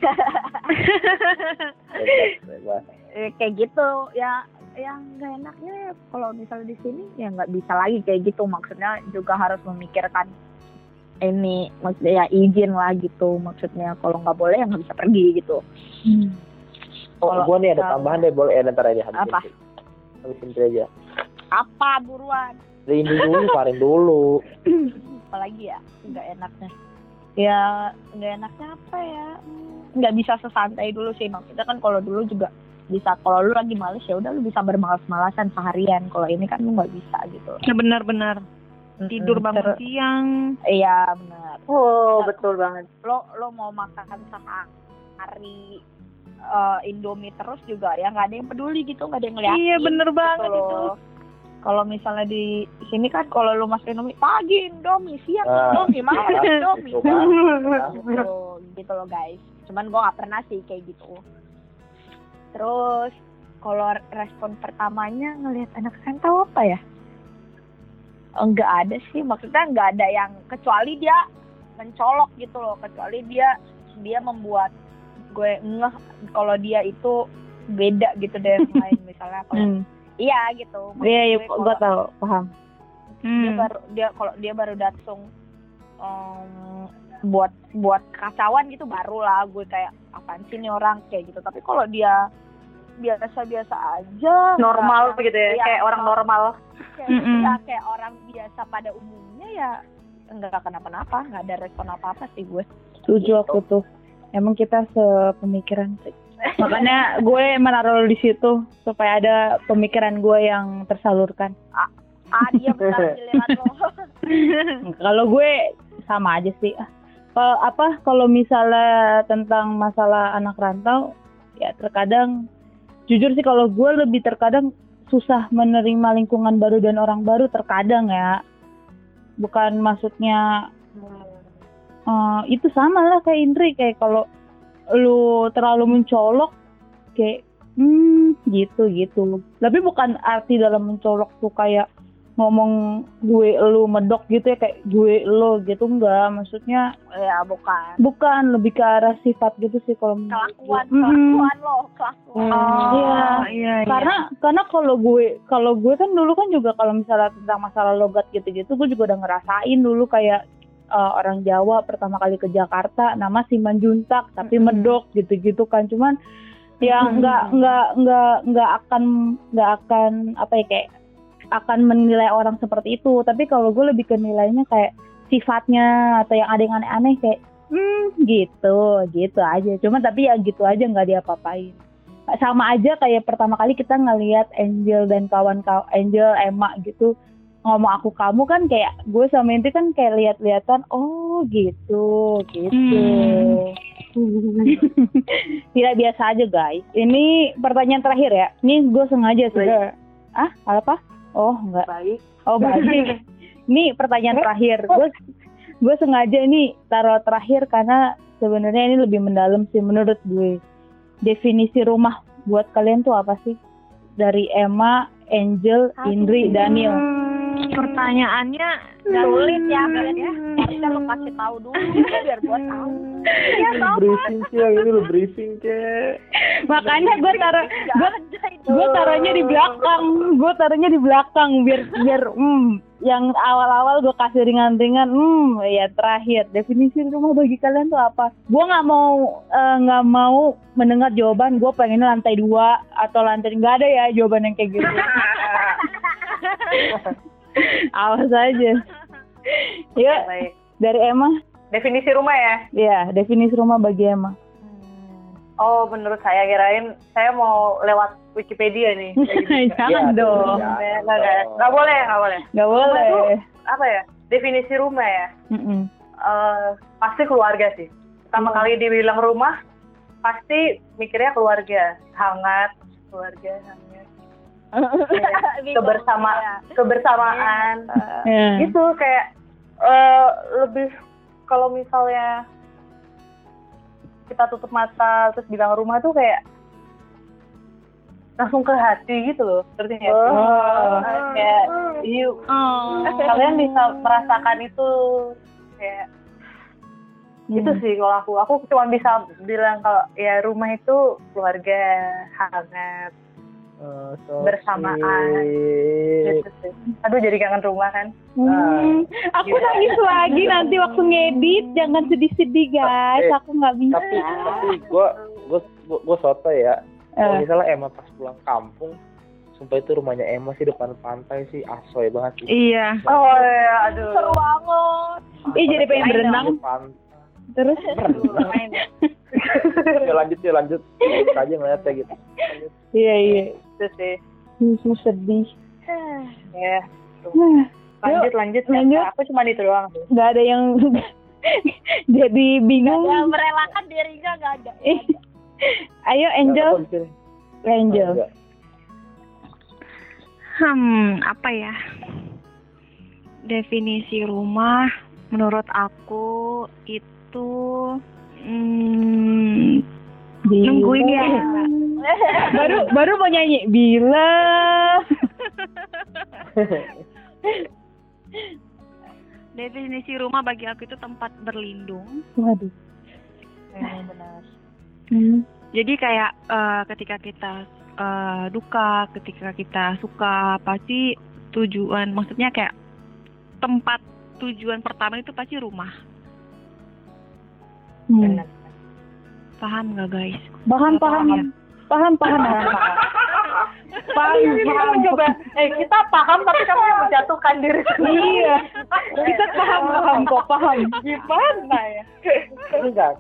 Speaker 3: Bebas.
Speaker 2: Kayak gitu ya. Yang nggak enaknya kalau misalnya di sini ya nggak bisa lagi kayak gitu, maksudnya juga harus memikirkan ini, maksudnya ya izin lah gitu, maksudnya kalau nggak boleh ya nggak bisa pergi gitu.
Speaker 3: Gue nih ada tambahan deh, boleh ntar aja habisin aja.
Speaker 2: Apa buruan?
Speaker 3: Ini dulu, Farin dulu.
Speaker 2: Apalagi ya nggak enaknya? Ya nggak enaknya apa ya? Nggak bisa sesantai dulu sih, maksudnya kan kalau dulu juga bisa, kalau lu lagi males ya udah lu bisa bermalas-malasan seharian, kalau ini kan lu nggak bisa gitu.
Speaker 1: Ya benar-benar tidur bangun siang.
Speaker 2: Iya benar.
Speaker 5: Oh betul banget.
Speaker 2: Lo mau makan sehari Indomie terus juga ya nggak ada yang peduli gitu, nggak ada yang ngeliatin.
Speaker 1: Iya bener
Speaker 2: gitu
Speaker 1: banget
Speaker 2: loh.
Speaker 1: itu.
Speaker 2: Kalau misalnya di sini kan kalau lu masuk Indomie pagi Indomie, siang Indomie, malam Indomie. Gitu loh guys. Cuman gue nggak pernah sih kayak gitu. Terus kalau respon pertamanya ngelihat anak rantau apa ya? Enggak ada sih, maksudnya enggak ada yang kecuali dia mencolok gitu loh, kecuali dia membuat gue ngeh kalau dia itu beda gitu dari yang lain misalnya kalau iya gitu.
Speaker 4: Iya, gue tahu, paham.
Speaker 2: Kalau dia baru datang buat kacauan gitu barulah gue kayak apaan sih nih orang kayak gitu. Tapi kalau dia biasa-biasa aja,
Speaker 5: normal begitu ya, kayak orang normal.
Speaker 2: Kayak orang biasa pada umumnya ya enggak kenapa-napa, enggak ada respon apa-apa sih gue.
Speaker 4: Setuju aku tuh. Emang kita sepemikiran sih. Makanya gue menaruh di situ supaya ada pemikiran gue yang tersalurkan.
Speaker 2: Dia benar giliran lo.
Speaker 4: Kalau gue sama aja sih. Kalau misalnya tentang masalah anak rantau, ya terkadang jujur sih kalau gue lebih terkadang susah menerima lingkungan baru dan orang baru terkadang ya. Bukan maksudnya itu sama lah kayak Indri, kayak kalau lu terlalu mencolok kayak gitu. Tapi bukan arti dalam mencolok tuh kayak ngomong gue lu medok gitu ya, kayak gue lo gitu, enggak, maksudnya
Speaker 2: ya
Speaker 4: bukan lebih ke arah sifat gitu sih kalau
Speaker 2: kelakuan lo.
Speaker 4: Iya. Karena kalau gue kan dulu kan juga kalau misalnya tentang masalah logat gitu-gitu gue juga udah ngerasain dulu kayak orang Jawa pertama kali ke Jakarta nama Simanjuntak tapi medok gitu kan, cuman ya nggak akan apa ya, kayak akan menilai orang seperti itu. Tapi kalau gue lebih ke nilainya kayak sifatnya atau yang ada yang aneh-aneh kayak gitu aja. Cuman tapi ya gitu aja, nggak diapa-apain. Sama aja kayak pertama kali kita ngelihat Angel dan kawan-kawan Angel, Emma gitu ngomong aku kamu kan, kayak gue sama Inti kan kayak lihat-lihatan gitu. Tidak biasa aja guys. Ini pertanyaan terakhir ya. Ini gue sengaja sudah. Apa? Oh enggak.
Speaker 5: Baik.
Speaker 4: Oh baik. Ini pertanyaan terakhir. Gue sengaja ini taruh terakhir karena sebenarnya ini lebih mendalam sih menurut gue. Definisi rumah buat kalian tuh apa sih? Dari Emma, Angel, Indri, Daniel.
Speaker 1: Pertanyaannya
Speaker 2: sulit ya Ben ya. Kita lo kasih tahu dulu biar gue tahu. Iya tahu.
Speaker 3: Lu briefing ke.
Speaker 4: Makanya gue taruhnya di belakang. Gue taruhnya di belakang biar yang awal-awal gue kasih ringan-ringan. Ya terakhir definisi rumah bagi kalian tuh apa? Gue nggak mau mendengar jawaban. Gue pengennya lantai 2 atau lantai, nggak ada ya jawaban yang kayak gitu. Awas aja. Yuk, dari Emma.
Speaker 5: Definisi rumah ya?
Speaker 4: Iya, definisi rumah bagi Emma.
Speaker 5: Oh, menurut saya kirain saya mau lewat Wikipedia nih.
Speaker 4: Jangan dong.
Speaker 5: Nggak boleh.
Speaker 4: Nggak boleh.
Speaker 5: Apa ya? Definisi rumah ya? Pasti keluarga sih. Pertama kali dibilang rumah, pasti mikirnya keluarga. Hangat, keluarga hangat. Kebersamaan gitu, kayak lebih kalau misalnya kita tutup mata terus bilang rumah tuh kayak langsung ke hati gitu loh, ngerti nggak? Kayak kalian bisa merasakan itu kayak itu sih. Kalau aku cuma bisa bilang kalau ya rumah itu keluarga hangat, bersamaan gitu sih. Aduh jadi kangen rumah kan.
Speaker 4: Aku nangis lagi nanti waktu ngedit. Jangan sedih-sedih guys. Aku nggak bisa.
Speaker 3: Tapi gue soto ya. Kalau misalnya Emma pas pulang kampung, sumpah itu rumahnya Emma sih depan pantai sih, asoy banget sih.
Speaker 1: Iya.
Speaker 5: Oh iya, aduh.
Speaker 2: Seru banget.
Speaker 4: Jadi pengen berenang. Terus
Speaker 5: main.
Speaker 3: Ya lanjut. Kita aja ngeliatnya gitu.
Speaker 4: Iya.
Speaker 5: Itu sih.
Speaker 4: Sedih.
Speaker 5: Ya. Lanjut. Aku cuma itu doang sih.
Speaker 4: Nggak ada yang jadi bingung.
Speaker 2: Yang merelakan dirinya nggak ada.
Speaker 4: Ayo Angel.
Speaker 1: Apa ya? Definisi rumah menurut aku itu nungguin ya.
Speaker 4: baru mau nyanyi bila.
Speaker 1: Definisi rumah bagi aku itu tempat berlindung.
Speaker 4: Waduh.
Speaker 2: Benar.
Speaker 1: Jadi kayak ketika kita duka, ketika kita suka, pasti maksudnya kayak tempat tujuan pertama itu pasti rumah. Paham nggak guys?
Speaker 4: Paham.
Speaker 5: Coba, kita paham tapi kamu yang menjatuhkan diri sendiri.
Speaker 4: Iya, kita paham kok, paham.
Speaker 5: Gimana ya?
Speaker 3: Ini gak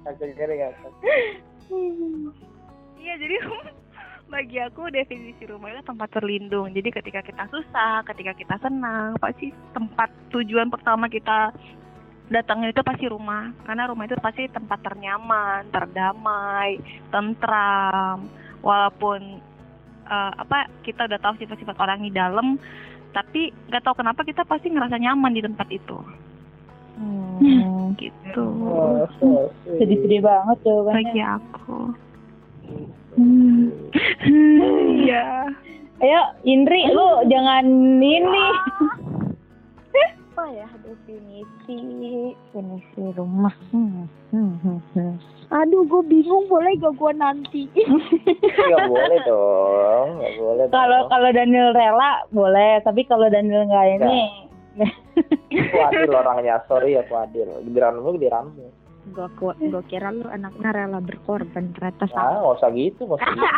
Speaker 1: Iya, jadi bagi aku definisi rumah itu tempat terlindung. Jadi ketika kita susah, ketika kita senang, pasti tempat tujuan pertama kita datangnya itu pasti rumah. Karena rumah itu pasti tempat ternyaman, terdamai, tentram. Walaupun kita udah tahu sifat-sifat orang di dalam, tapi nggak tahu kenapa kita pasti ngerasa nyaman di tempat itu. Gitu.
Speaker 4: Sedih-sedih banget jawabannya.
Speaker 1: Bagi aku. Iya.
Speaker 4: Ayo Indri, lu jangan ini.
Speaker 2: Apa ya definisi rumah? Aduh, gue bingung. Boleh gak gue nanti?
Speaker 3: Nggak boleh dong.
Speaker 4: Kalau Daniel rela boleh, tapi kalau Daniel nggak ini.
Speaker 3: Aku adil orangnya, sorry ya, aku adil. Giliranmu.
Speaker 2: Gue kira lu anaknya rela berkorban, ternyata
Speaker 3: Nggak usah gitu.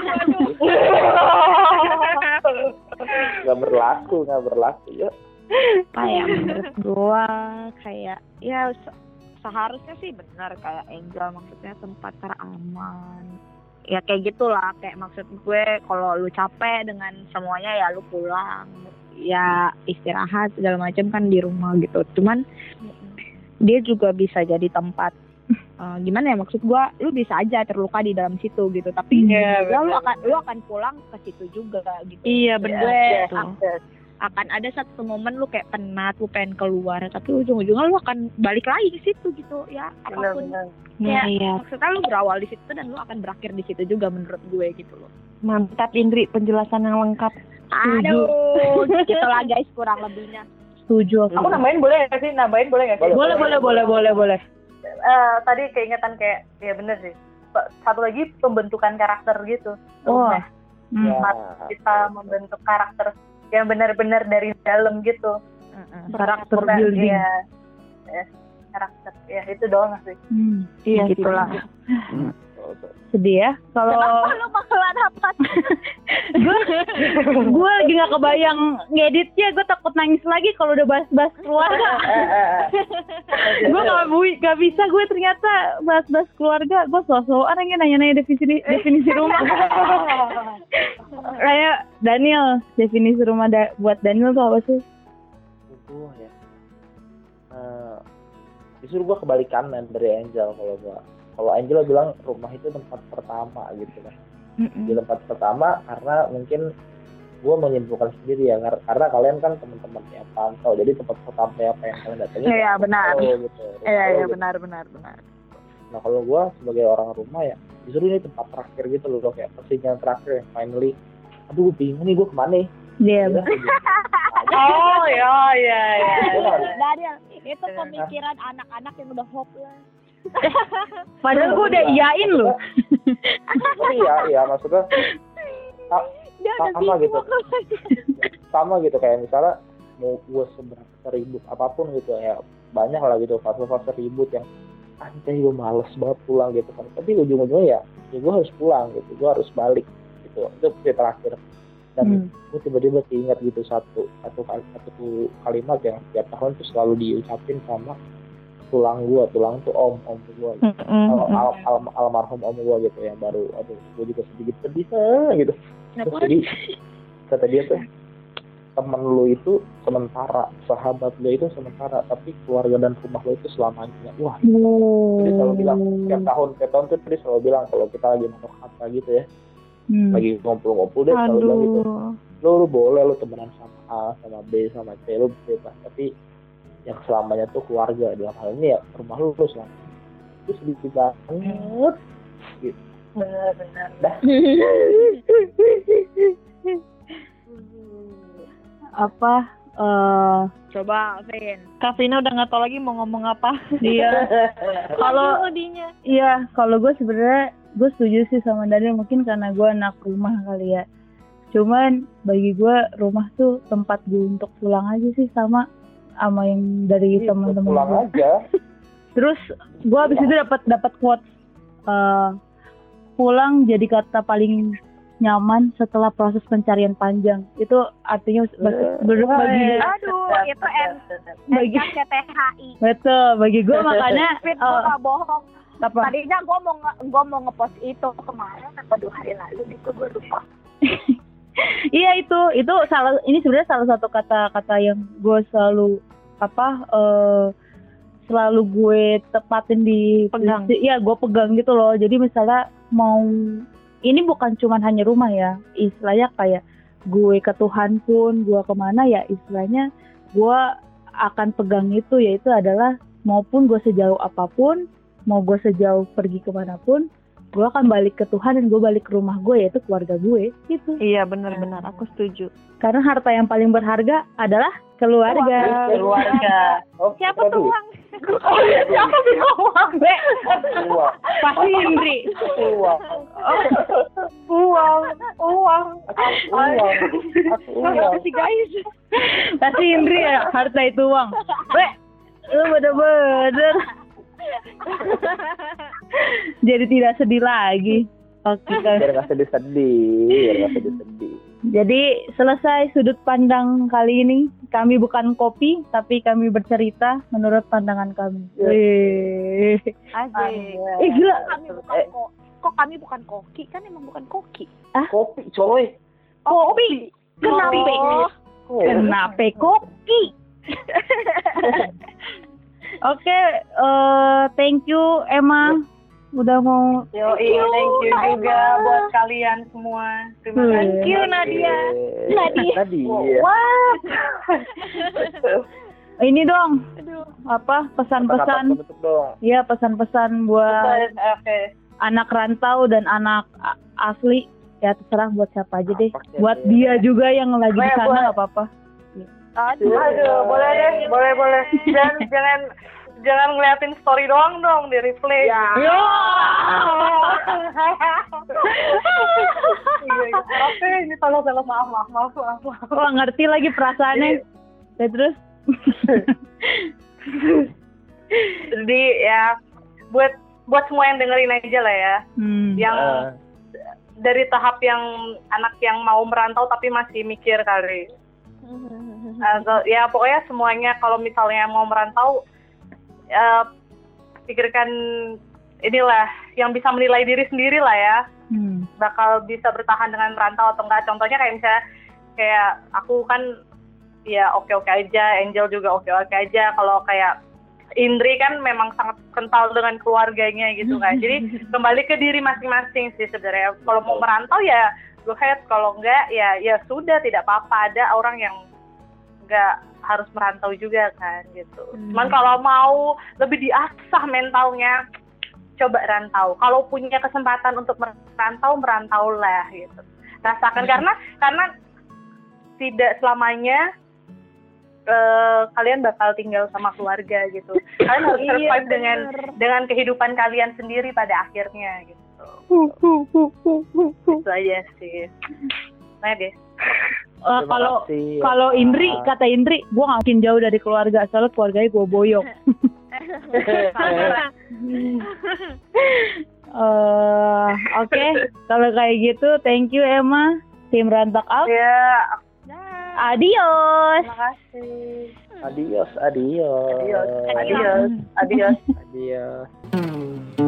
Speaker 3: Nggak berlaku ya.
Speaker 2: Apa ya menurut gue kayak ya seharusnya sih benar kayak Angel, maksudnya tempat teraman ya kayak gitulah. Kayak maksud gue kalau lu capek dengan semuanya ya lu pulang, ya istirahat segala macam kan di rumah gitu. Cuman dia juga bisa jadi tempat gimana ya, maksud gue lu bisa aja terluka di dalam situ gitu, tapi lu akan pulang ke situ juga gitu.
Speaker 1: Iya benar.
Speaker 2: Akan ada satu momen lu kayak penat, lu pengen keluar, tapi ujung-ujungnya lu akan balik lagi ke situ gitu ya. Apapun ya, maksudnya lu berawal di situ dan lu akan berakhir di situ juga menurut gue gitu loh.
Speaker 1: Mantap Indri, penjelasan yang lengkap.
Speaker 2: Aduh, gitulah guys kurang lebihnya.
Speaker 4: Setuju.
Speaker 5: Aku nambahin boleh nggak sih?
Speaker 4: Boleh.
Speaker 5: Tadi keingetan kayak ya bener sih. Satu lagi pembentukan karakter gitu. Kita membentuk karakter yang benar-benar dari dalam gitu.
Speaker 4: Karakter building.
Speaker 5: Ya, karakter. Ya itu doang sih.
Speaker 4: Iya
Speaker 2: gitulah.
Speaker 4: Sedih ya kalau
Speaker 2: lu bakalan apa?
Speaker 4: gue lagi nggak kebayang ngeditnya, gue takut nangis lagi kalau udah bahas keluarga. Gue nggak bisa, gue ternyata bahas keluarga gue so-soan yang nanya-nanya definisi rumah. Kayak Daniel, definisi rumah buat Daniel tuh apa sih?
Speaker 3: Justru gue kebalikan dari Angel. Kalau Angela bilang rumah itu tempat pertama gitu kan. Di tempat pertama karena mungkin gue menyimpulkan sendiri ya, karena kalian kan teman-teman yang pantau, jadi tempat pertama apa yang kalian datangi.
Speaker 2: Iya benar.
Speaker 3: Gitu.
Speaker 2: Iya benar.
Speaker 3: Nah kalau gue sebagai orang rumah ya, justru ini tempat terakhir gitu loh, kayak persinggahan terakhir yang finally. Aduh bingung nih gue kemana?
Speaker 4: Iya.
Speaker 5: Oh ya.
Speaker 2: Daniel, itu pemikiran anak-anak yang udah hopeless.
Speaker 4: Padahal gue udah iyain loh.
Speaker 3: Iya maksudnya sama gitu kayak misalnya mau gue seberapa ribut apapun gitu ya, banyak lah gitu fase-fase ribut yang anjay gue males banget pulang gitu kan, tapi ujung-ujungnya ya gue harus pulang gitu, gue harus balik gitu. Itu terakhir. Dan gue tiba-tiba keinget gitu satu kalimat yang setiap tahun tuh selalu diucapin sama tulang tuh om gue gitu. Almarhum om gue gitu yang baru, gue juga sedikit sedih gitu. Jadi kata dia tuh, temen lu itu sementara, sahabat lu itu sementara, tapi keluarga dan rumah lu itu selamanya. Wah, dia selalu bilang tiap tahun tuh dia selalu bilang kalau kita lagi mau kata gitu ya, lagi ngumpul-ngumpul deh kalau bilang gitu, lu boleh lu temenan sama A sama B sama C, lu bebas, tapi yang selamanya tuh keluarga, dalam hal ini ya rumah lu selamanya. Itu sedikit banget gitu.
Speaker 5: Benar-benar
Speaker 3: dah.
Speaker 4: Apa
Speaker 1: Coba Vin. Kak Vina udah nggak tahu lagi mau ngomong apa.
Speaker 4: dia kalau gue sebenarnya gue setuju sih sama Daniel, mungkin karena gue anak rumah kali ya. Cuman bagi gue rumah tuh tempat gue untuk pulang aja sih, sama yang dari teman-teman
Speaker 3: pulang
Speaker 4: gue.
Speaker 3: aja.
Speaker 4: Terus gue abis itu dapat quote, pulang jadi kata paling nyaman setelah proses pencarian panjang. Itu artinya bagi
Speaker 2: Aduh, itu bagi CTHI.
Speaker 4: betul bagi gue, makanya
Speaker 2: Fit, gue gak bohong.
Speaker 4: apa?
Speaker 2: Tadinya gue mau ngepost itu kemarin atau 2 hari lalu gitu, gue lupa.
Speaker 4: Iya, itu ini sebenarnya salah satu kata-kata yang gue selalu selalu gue tepatin di
Speaker 1: Pegang.
Speaker 4: Iya, gue pegang gitu loh. Jadi misalnya mau, ini bukan cuma hanya rumah ya, istilahnya kayak gue ke Tuhan pun, gue kemana ya, istilahnya gue akan pegang itu, yaitu adalah maupun gue sejauh apapun, mau gue sejauh pergi kemanapun, gue akan balik ke Tuhan dan gue balik ke rumah gue, yaitu keluarga gue gitu.
Speaker 1: Iya benar-benar aku setuju.
Speaker 4: Karena harta yang paling berharga adalah keluarga.
Speaker 3: Oh,
Speaker 2: Siapa tuh
Speaker 3: duit.
Speaker 2: Uang?
Speaker 5: Siapa sih ngomong?
Speaker 3: Uang.
Speaker 4: Pasti Indri.
Speaker 3: Uang.
Speaker 5: Uang.
Speaker 3: Aku
Speaker 2: guys.
Speaker 4: Pasti Indri ya, harta itu uang. Lu bener-bener. Jadi tidak sedih lagi. Oke,
Speaker 3: biar nggak sedih.
Speaker 4: Jadi selesai sudut pandang kali ini. Kami bukan kopi, tapi kami bercerita menurut pandangan kami.
Speaker 2: Asik.
Speaker 4: Gila.
Speaker 2: Kok kami bukan koki? Kan emang bukan koki.
Speaker 3: Kopi, coy.
Speaker 4: Kopi. Kenapa? Kenapa koki? Oke, thank you Emma. Udah mau.
Speaker 5: Thank you juga buat kalian semua. Terima kasih.
Speaker 2: Thank you Nadia.
Speaker 3: Wah.
Speaker 4: Ini dong. Pesan-pesan. Iya, pesan-pesan buat anak rantau dan anak asli. Ya terserah buat siapa aja deh. Buat dia juga yang lagi di sana nggak apa-apa.
Speaker 5: Aduh, boleh deh, boleh. Jangan ngeliatin story doang dong, di replay.
Speaker 2: Ya.
Speaker 5: Oke, ini salah maaf.
Speaker 4: Wah, ngerti lagi perasaannya. Terus.
Speaker 5: Jadi ya buat semua yang dengerin aja lah ya. Yang dari tahap yang anak yang mau merantau tapi masih mikir kali. Ya pokoknya semuanya kalau misalnya mau merantau, pikirkan inilah yang bisa menilai diri sendiri lah ya. Bakal bisa bertahan dengan merantau atau enggak. Contohnya kayak misalnya kayak aku kan ya oke-oke aja, Angel juga oke-oke aja. Kalau kayak Indri kan memang sangat kental dengan keluarganya gitu kan. Jadi kembali ke diri masing-masing sih sebenarnya. Kalau mau merantau ya go ahead, kalau enggak ya sudah, tidak apa-apa. Ada orang yang enggak harus merantau juga kan gitu. Cuman kalau mau lebih diasah mentalnya, coba rantau. Kalau punya kesempatan untuk merantaulah gitu. Rasakan karena tidak selamanya kalian bakal tinggal sama keluarga gitu. Kalian harus survive dengan kehidupan kalian sendiri pada akhirnya gitu. Itu aja sih. Nah deh.
Speaker 4: Kalau Indri, kata Indri, gue gak mungkin jauh dari keluarga, soalnya keluarganya gue boyong. Oke, kalau kayak gitu, thank you Emma, tim Rantak Out.
Speaker 5: Ya.
Speaker 4: Adios.
Speaker 5: Terima kasih.
Speaker 3: Adios.
Speaker 5: Adios.